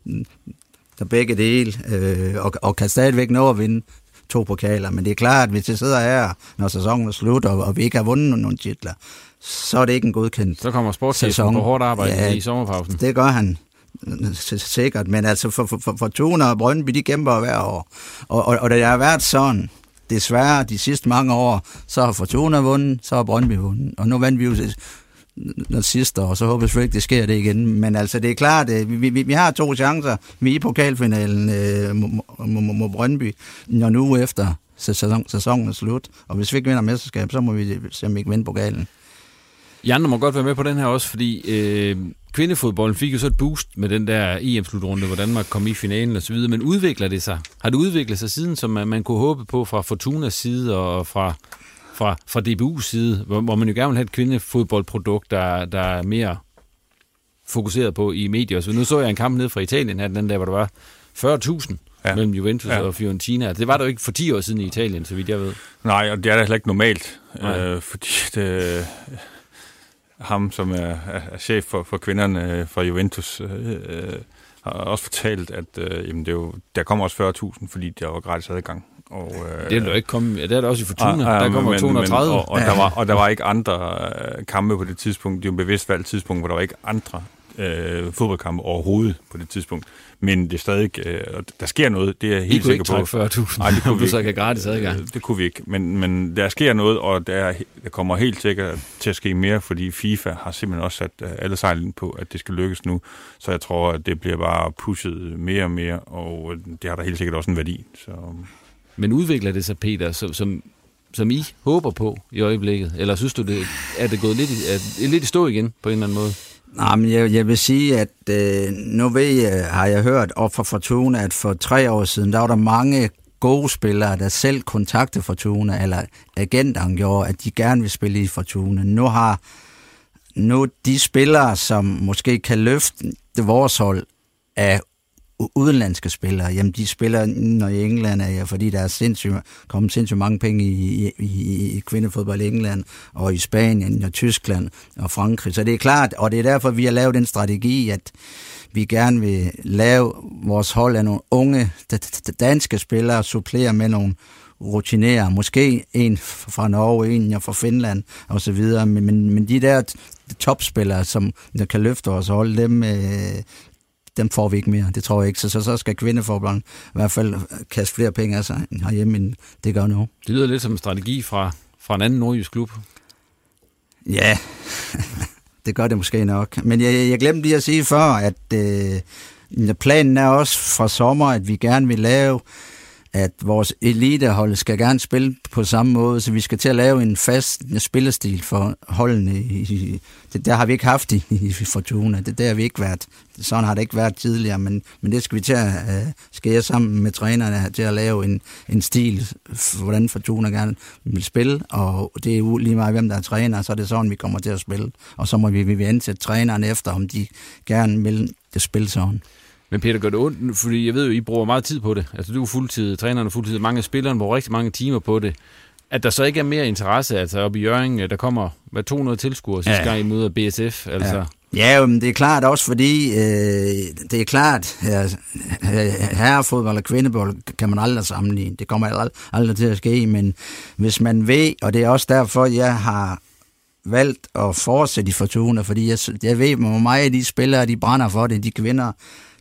der begge dele, og kan stadigvæk nå at vinde 2 pokaler. Men det er klart, at hvis vi sidder her, når sæsonen er slut, og vi ikke har vundet nogle titler, så er det ikke en godkendt sæson. Så kommer sportschefen på hårdt arbejde i sommerpausen. Det gør han sikkert, men altså for Fortuna og Brøndby, de kæmper hver år. Og det har været sådan, desværre de sidste mange år, så har Fortuna vundet, så har Brøndby vundet. Og nu vandt vi jo sidste år, så håber jeg selvfølgelig ikke, det sker det igen. Men altså, det er klart, vi har 2 chancer. Vi er i pokalfinalen mod Brøndby, når nu efter sæsonen er slut. Og hvis vi ikke vinder mesterskab, så må vi se, om vi ikke vinder pokalen. I andre må godt være med på den her også, fordi kvindefodbolden fik jo så et boost med den der EM-slutrunde, hvor Danmark kom i finalen og så videre. Men udvikler det sig? Har det udviklet sig siden, som man kunne håbe på fra Fortunas side og fra DBU's side, hvor man jo gerne vil have et kvindefodboldprodukt, der er mere fokuseret på i medier. Så nu så jeg en kamp ned fra Italien her, den der, hvor der var 40.000 mellem Juventus og Fiorentina. Det var der jo ikke for 10 år siden i Italien, så vidt jeg ved. Nej, og det er da heller ikke normalt, fordi det, ham, som er chef for kvinderne fra Juventus, har også fortalt, at jamen, det er jo, der kommer også 40.000, fordi der var gratis adgang. Og, det er der ikke kommet. Det er der også i Fortuna. Der kommer 230. Og der var ikke andre kampe på det tidspunkt. Det er jo bevidst valgt tidspunkt, hvor der var ikke andre fodboldkampe overhovedet på det tidspunkt. Men det er stadig... der sker noget, det er helt sikker på. I kunne ikke trække 40.000. Nej, det kunne vi ikke. Så kan gratis adgang. Det kunne vi ikke. Men der sker noget, og der kommer helt sikkert til at ske mere, fordi FIFA har simpelthen også sat alle sejlen på, at det skal lykkes nu. Så jeg tror, at det bliver bare pushet mere og mere, og det har der helt sikkert også en værdi. Så... Men udvikler det sig, Peter, som I håber på i øjeblikket? Eller synes du, er det gået lidt i stå igen på en eller anden måde? Nej, men jeg vil sige, at nu har jeg hørt op fra Fortuna, at for 3 år siden, der var der mange gode spillere, der selv kontaktede Fortuna, eller agenterne gjorde, at de gerne vil spille i Fortuna. Nu de spillere, som måske kan løfte vores hold, er udenlandske spillere, jamen de spiller når i England, fordi der er kommet sindssygt mange penge i kvindefodbold i England, og i Spanien, og Tyskland, og Frankrig. Så det er klart, og det er derfor, vi har lavet den strategi, at vi gerne vil lave vores hold af nogle unge danske spillere, supplere med nogle rutinerer, måske en fra Norge, en fra Finland og så videre, men de der topspillere, som der kan løfte os hold, dem får vi ikke mere. Det tror jeg ikke. Så skal kvindefodbolden i hvert fald kaste flere penge af sig herhjemme, end det gør nu. Det lyder lidt som en strategi fra en anden nordjysk klub. Ja, det gør det måske nok. Men jeg glemte lige at sige før, at planen er også fra sommer, at vi gerne vil lave, at vores elitehold skal gerne spille på samme måde, så vi skal til at lave en fast spillestil for holdene. Der har vi ikke haft i Fortuna. Det har vi ikke været. Sådan har det ikke været tidligere, men det skal vi til at skære sammen med trænerne til at lave en stil, hvordan Fortuna gerne vil spille, og det er lige meget, hvem der er træner, så er det sådan, vi kommer til at spille. Og så må vi ansætte trænerne efter, om de gerne vil det spille sådan. Men Peter, gør det ondt? Fordi jeg ved jo, I bruger meget tid på det. Altså du er fuldtid, træneren er fuldtid, mange af spillerne bruger rigtig mange timer på det. At der så ikke er mere interesse, altså oppe i Hjørring, der kommer 200 tilskuere sidste gang I møder BSF, altså... Ja, men det er klart også, fordi det er klart, herrefodbold og kvindebold kan man aldrig sammenligne. Det kommer aldrig til at ske, men hvis man ved, og det er også derfor, jeg har valgt at fortsætte i Fortuna, fordi jeg ved, hvor meget de spillere, de brænder for det, de kvinder,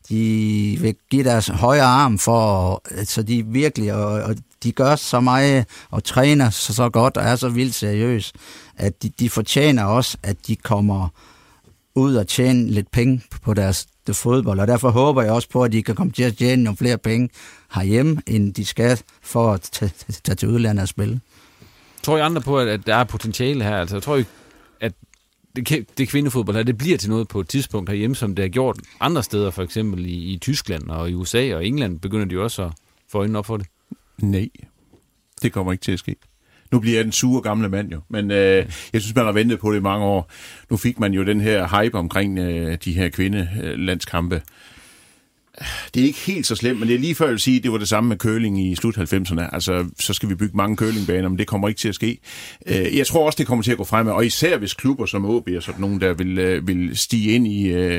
de vil give deres højre arm for, så de virkelig, og de gør så meget, og træner så godt, og er så vildt seriøs, at de fortjener også, at de kommer ud og tjene lidt penge på deres fodbold, og derfor håber jeg også på, at de kan komme til at tjene nogle flere penge herhjemme, end de skal for at tage til udlandet og spille. Tror I andre på, at der er potentiale her? Altså, jeg tror ikke, at det kvindefodbold her, det bliver til noget på et tidspunkt herhjemme, som det har gjort andre steder, for eksempel i Tyskland og i USA og England, begynder de også at få øjnene op for det? Nej, det kommer ikke til at ske. Nu bliver jeg den sure gamle mand jo, men jeg synes, man har ventet på det i mange år. Nu fik man jo den her hype omkring de her kvindelandskampe. Det er ikke helt så slemt, men det er lige før jeg vil sige, at det var det samme med curling i slut 90'erne. Altså, så skal vi bygge mange curlingbaner, men det kommer ikke til at ske. Jeg tror også, det kommer til at gå fremad, og især hvis klubber som OB og sådan nogen, der vil stige ind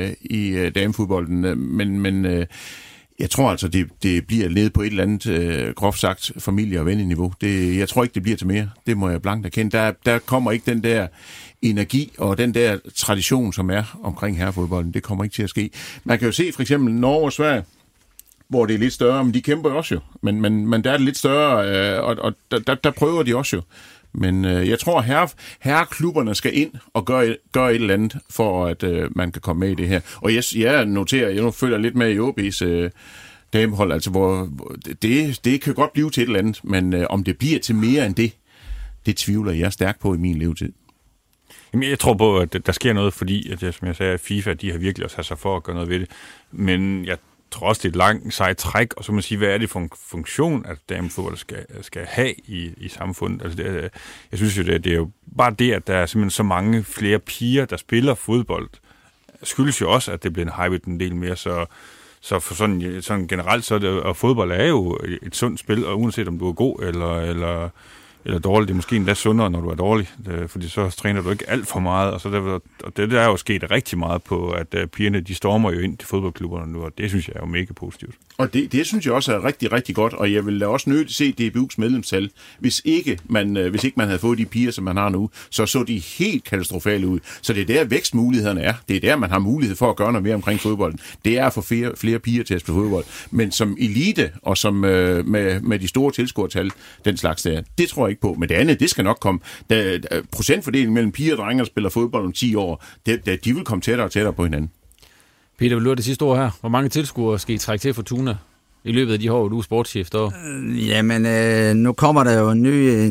i damefodbolden. Men jeg tror altså, det bliver nede på et eller andet, groft sagt, familie- og venneniveau. Jeg tror ikke, det bliver til mere. Det må jeg blankt erkende. Der kommer ikke den der energi og den der tradition, som er omkring herrefodbolden. Det kommer ikke til at ske. Man kan jo se for eksempel Norge og Sverige, hvor det er lidt større, men de kæmper også jo. Men der er det lidt større, og der prøver de også jo. Men jeg tror, herreklubberne skal ind og gøre et eller andet, for at man kan komme med i det her. Og jeg noterer, jeg nu følger lidt med i OB's damehold, altså hvor det kan godt blive til et eller andet, men om det bliver til mere end det tvivler jeg stærkt på i min levetid. Jamen, jeg tror på, at der sker noget, fordi, at som jeg sagde, at FIFA, de har virkelig også sat sig for at gøre noget ved det. Men jeg tror også, det er et langt sejt træk, og så må man sige, hvad er det for en funktion, at damefodbold skal have i samfundet. Altså jeg synes jo, det er jo bare det, at der er simpelthen så mange flere piger, der spiller fodbold, skyldes jo også, at det bliver hypet en del mere, så for sådan generelt, så er det, og fodbold er jo et sundt spil, og uanset om du er god eller dårlig, det er måske endda sundere, når du er dårlig, fordi så træner du ikke alt for meget, og det der er jo sket rigtig meget på, at pigerne, de stormer jo ind til fodboldklubberne nu, og det synes jeg er jo mega positivt. Og det synes jeg også er rigtig, rigtig godt, og jeg vil da også nødt se DBU's medlemstal. Hvis ikke man havde fået de piger, som man har nu, så de helt katastrofale ud. Så det er der vækstmulighederne er. Det er der, man har mulighed for at gøre noget mere omkring fodbolden. Det er at få flere piger til at spille fodbold. Men som elite, og som med de store tilskuertal, den slags der, det tror jeg ikke på. Men det andet, det skal nok komme. Procentfordelingen mellem piger og drenge, der spiller fodbold om 10 år, de vil komme tættere og tættere på hinanden. Peter, vil du have det sidste ord her? Hvor mange tilskuere skal I trække til Fortuna i løbet af de år, du er sportschef derovre? Jamen, nu kommer der jo en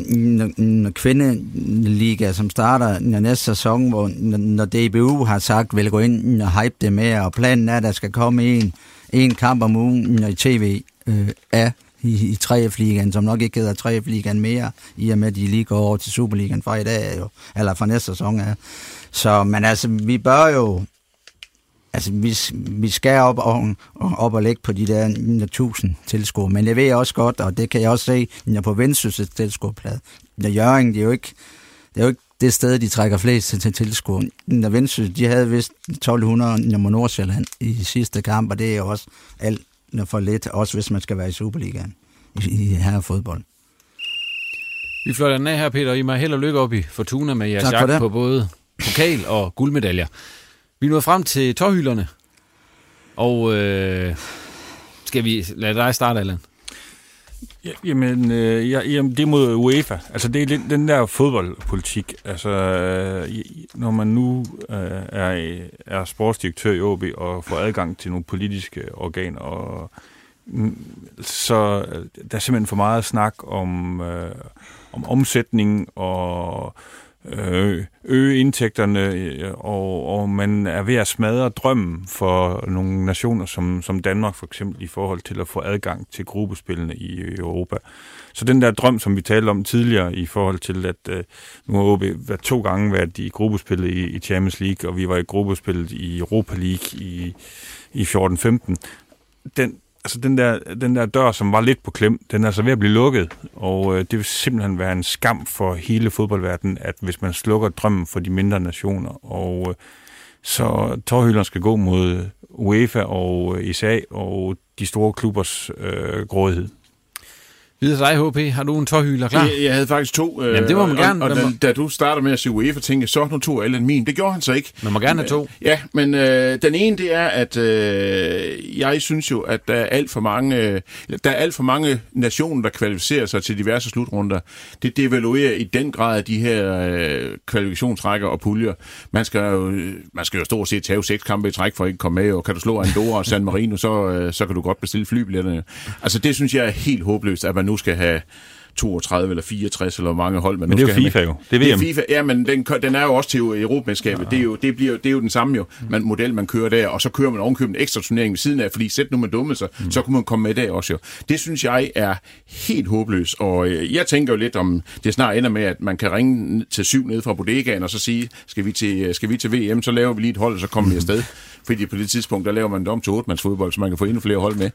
ny kvindeliga, som starter næste sæson, hvor når DBU har sagt, vil gå ind og hype det med, og planen er, at der skal komme en kamp om ugen i tv af i 3F-ligaen, som nok ikke hedder 3F-ligaen mere, i og med, at de lige går over til Superligaen fra i dag, jo, eller fra næste sæson. Ja. Så, men altså, vi bør jo Altså, vi skal op og lægge på de der 1000 tilskuere, men jeg ved også godt, og det kan jeg også se, når jeg er på Vendsyssels tilskuerplade. Når Hjørring, det er jo ikke det sted, de trækker flest til tilskuere. Når Vendsyssel, de havde vist 1200 mod Nordsjælland i sidste kamp, og det er jo også alt for lidt, også hvis man skal være i Superligaen i herrefodbold. Vi fløjter den af her, Peter, og I må held og lykke op i Fortuna med jeres jagt på både pokal og guldmedaljer. Vi er nået frem til tårhylderne, og skal vi lade dig starte, Allan? Ja, jamen, det er mod UEFA. Altså, det er lidt den der fodboldpolitik. Altså, når man nu er sportsdirektør i OB og får adgang til nogle politiske organer, og så der er simpelthen for meget snak om omsætning og øge indtægterne, og man er ved at smadre drømmen for nogle nationer som Danmark, for eksempel i forhold til at få adgang til gruppespillene i Europa. Så den der drøm, som vi talte om tidligere i forhold til, at nu har OB 2 gange været i gruppespillet i Champions League, og vi var i gruppespillet i Europa League i 14-15, den der dør, som var lidt på klem, den er altså ved at blive lukket, og det vil simpelthen være en skam for hele fodboldverdenen, at hvis man slukker drømmen for de mindre nationer, og så tårhylderne skal gå mod UEFA og ISA og de store klubbers grådighed. Videre dig, HP. Har du en tårhylder klar? Jeg havde faktisk 2. Jamen, det må man gerne. Og da du starter med at sige UEFA, tænkte jeg, så nu tog Allan min. Det gjorde han så ikke. Man må gerne have 2. Ja, men den ene, det er, at jeg synes jo, at der er alt for mange nationer, der kvalificerer sig til diverse slutrunder. Det devaluerer i den grad de her kvalifikationsrækker og puljer. Man skal jo stort set tage 6 kampe i træk for at ikke komme med, og kan du slå Andorra og San Marino, så kan du godt bestille flybilletterne. Altså, det synes jeg er helt håbløst, at man nu skal have 32 eller 64 eller mange hold. Men det er jo FIFA jo. Det er FIFA. Ja, men den er jo også til Europamesterskabet. Ja. Det er jo den samme jo, model, man kører der, og så kører man ovenkøbet en ekstra turnering ved siden af, fordi sæt nu man dumme sig, så kunne man komme med der også jo. Det synes jeg er helt håbløst, og jeg tænker jo lidt om, det snart ender med, at man kan ringe til 7 nede fra bodegaen, og så sige, skal vi til VM, så laver vi lige et hold, og så kommer vi afsted. Fordi på det tidspunkt, der laver man det om til 8-mandsfodbold, så man kan få endnu flere hold med.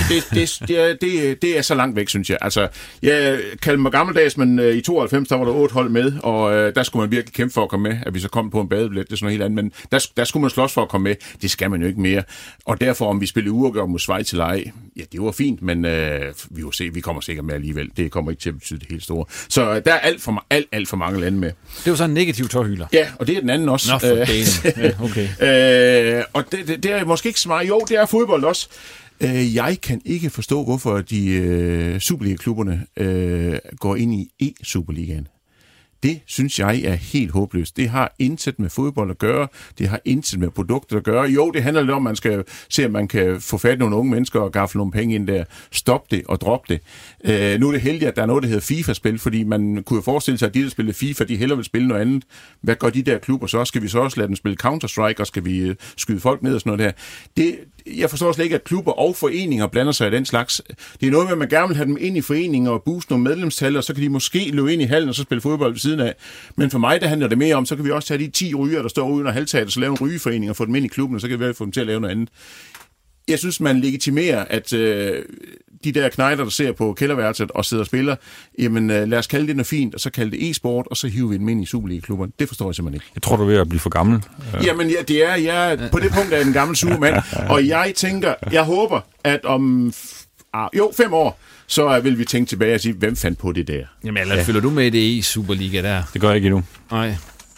Det er så langt væk, synes jeg. Altså, jeg kaldte mig gammeldags, men i 92, der var der 8 hold med, og der skulle man virkelig kæmpe for at komme med, at vi så kom på en badebillet, det er sådan noget helt andet, men der skulle man slås for at komme med. Det skal man jo ikke mere. Og derfor, om vi spillede uafgjort mod Schweiz eller ej, ja, det var fint, men vi kommer sikkert med alligevel. Det kommer ikke til at betyde det helt store. Så der er alt for mange lande med. Det var så en negativ tårhylder. Ja, og det er den anden også. Nå, for ja, okay. Og det er måske ikke så meget. Jo, det er fodbold også. Jeg kan ikke forstå, hvorfor de Superliga-klubberne går ind i E-Superligaen. Det synes jeg er helt håbløst. Det har intet med fodbold at gøre. Det har intet med produkter at gøre. Jo, det handler lidt om, at man skal se, om man kan få fat i nogle unge mennesker og gafle nogle penge ind der. Stop det og drop det. Nu er det heldigt, at der er noget, der hedder FIFA-spil, fordi man kunne jo forestille sig, at de, der spiller FIFA, de hellere vil spille noget andet. Hvad gør de der klubber så? Skal vi så også lade dem spille Counter-Strike, og skal vi skyde folk ned og sådan noget der? Jeg forstår slet ikke, at klubber og foreninger blander sig i den slags. Det er noget med, at man gerne vil have dem ind i foreninger og booste nogle medlemstal, og så kan de måske løbe ind i hallen og så spille fodbold ved siden af. Men for mig, der handler det mere om, så kan vi også tage de 10 ryger, der står under halvtaget, og så lave en rygeforening og få dem ind i klubben, og så kan vi få dem til at lave noget andet. Jeg synes, man legitimerer, at de der knejder, der ser på kælderværelset og sidder og spiller, jamen lad os kalde det noget fint, og så kalde det e-sport, og så hiver vi dem ind i Superliga-klubberne. Det forstår jeg simpelthen ikke. Jeg tror, du er ved at blive for gammel. Jamen, på det punkt er jeg en gammel supermand, og jeg håber, at om 5 år, så vil vi tænke tilbage og sige, hvem fandt på det der? Jamen, følger du med i det e-Superliga der? Det gør jeg ikke endnu. Nej.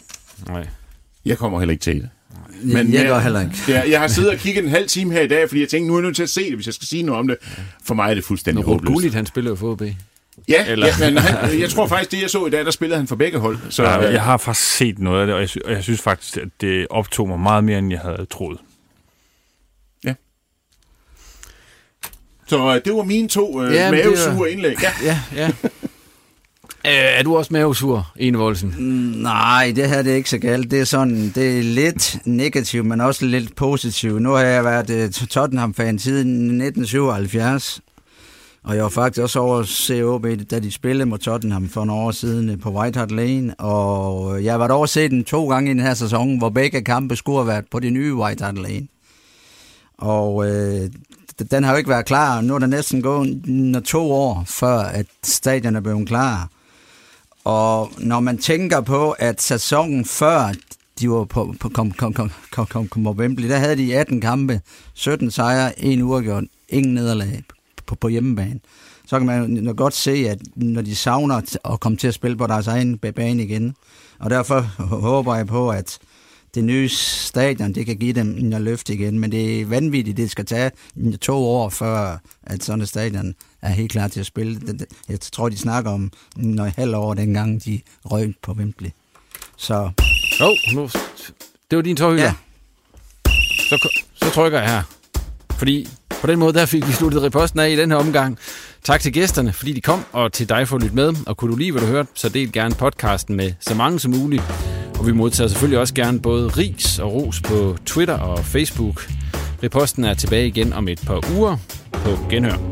Jeg kommer heller ikke til det. Men jeg gør heller ikke. Jeg har siddet og kigget en halv time her i dag, fordi jeg tænkte, nu er jeg nødt til at se det, hvis jeg skal sige noget om det. For mig er det fuldstændig håbløst. Gullit, han spiller jo for OB. Ja, men jeg tror faktisk, det jeg så i dag, der spillede han for begge hold. Så, jeg har faktisk set noget af det, og jeg synes faktisk, at det optog mig meget mere, end jeg havde troet. Ja. Så det var mine 2 mavesure indlæg. Ja. Er du også mavesur, Ene Voldsen? Nej, det her det er ikke så galt. Det er lidt negativt, men også lidt positivt. Nu har jeg været Tottenham-fan siden 1977, og jeg var faktisk også over at se OB, da de spillede mod Tottenham for nogle år siden på White Hart Lane, og jeg har været over at se den 2 gange i den her sæson, hvor begge kampe skulle have været på det nye White Hart Lane. Og den har jo ikke været klar. Nu er der næsten gået 2 år, før at stadion er blevet klar. Og når man tænker på, at sæsonen før de var på Wembley, der havde de 18 kampe, 17 sejre, 1 uafgjort, ingen nederlag på hjemmebane. Så kan man jo godt se, at når de savner at komme til at spille på deres egen bane igen. Og derfor håber jeg på, at det nye stadion, det kan give dem en løft igen. Men det er vanvittigt, det skal tage 2 år, før at sådan et stadion er helt klar til at spille. Jeg tror, de snakker om noget halvt år, dengang de røg på Wembley. Så... det var din tårhylder. Ja. Så trykker jeg her. Fordi på den måde, der fik vi sluttet riposten af i den her omgang. Tak til gæsterne, fordi de kom, og til dig for at lytte med. Og kunne du lide, hvad du hørte, så del gerne podcasten med så mange som muligt. Og vi modtager selvfølgelig også gerne både ris og ros på Twitter og Facebook. Riposten er tilbage igen om et par uger. På genhør.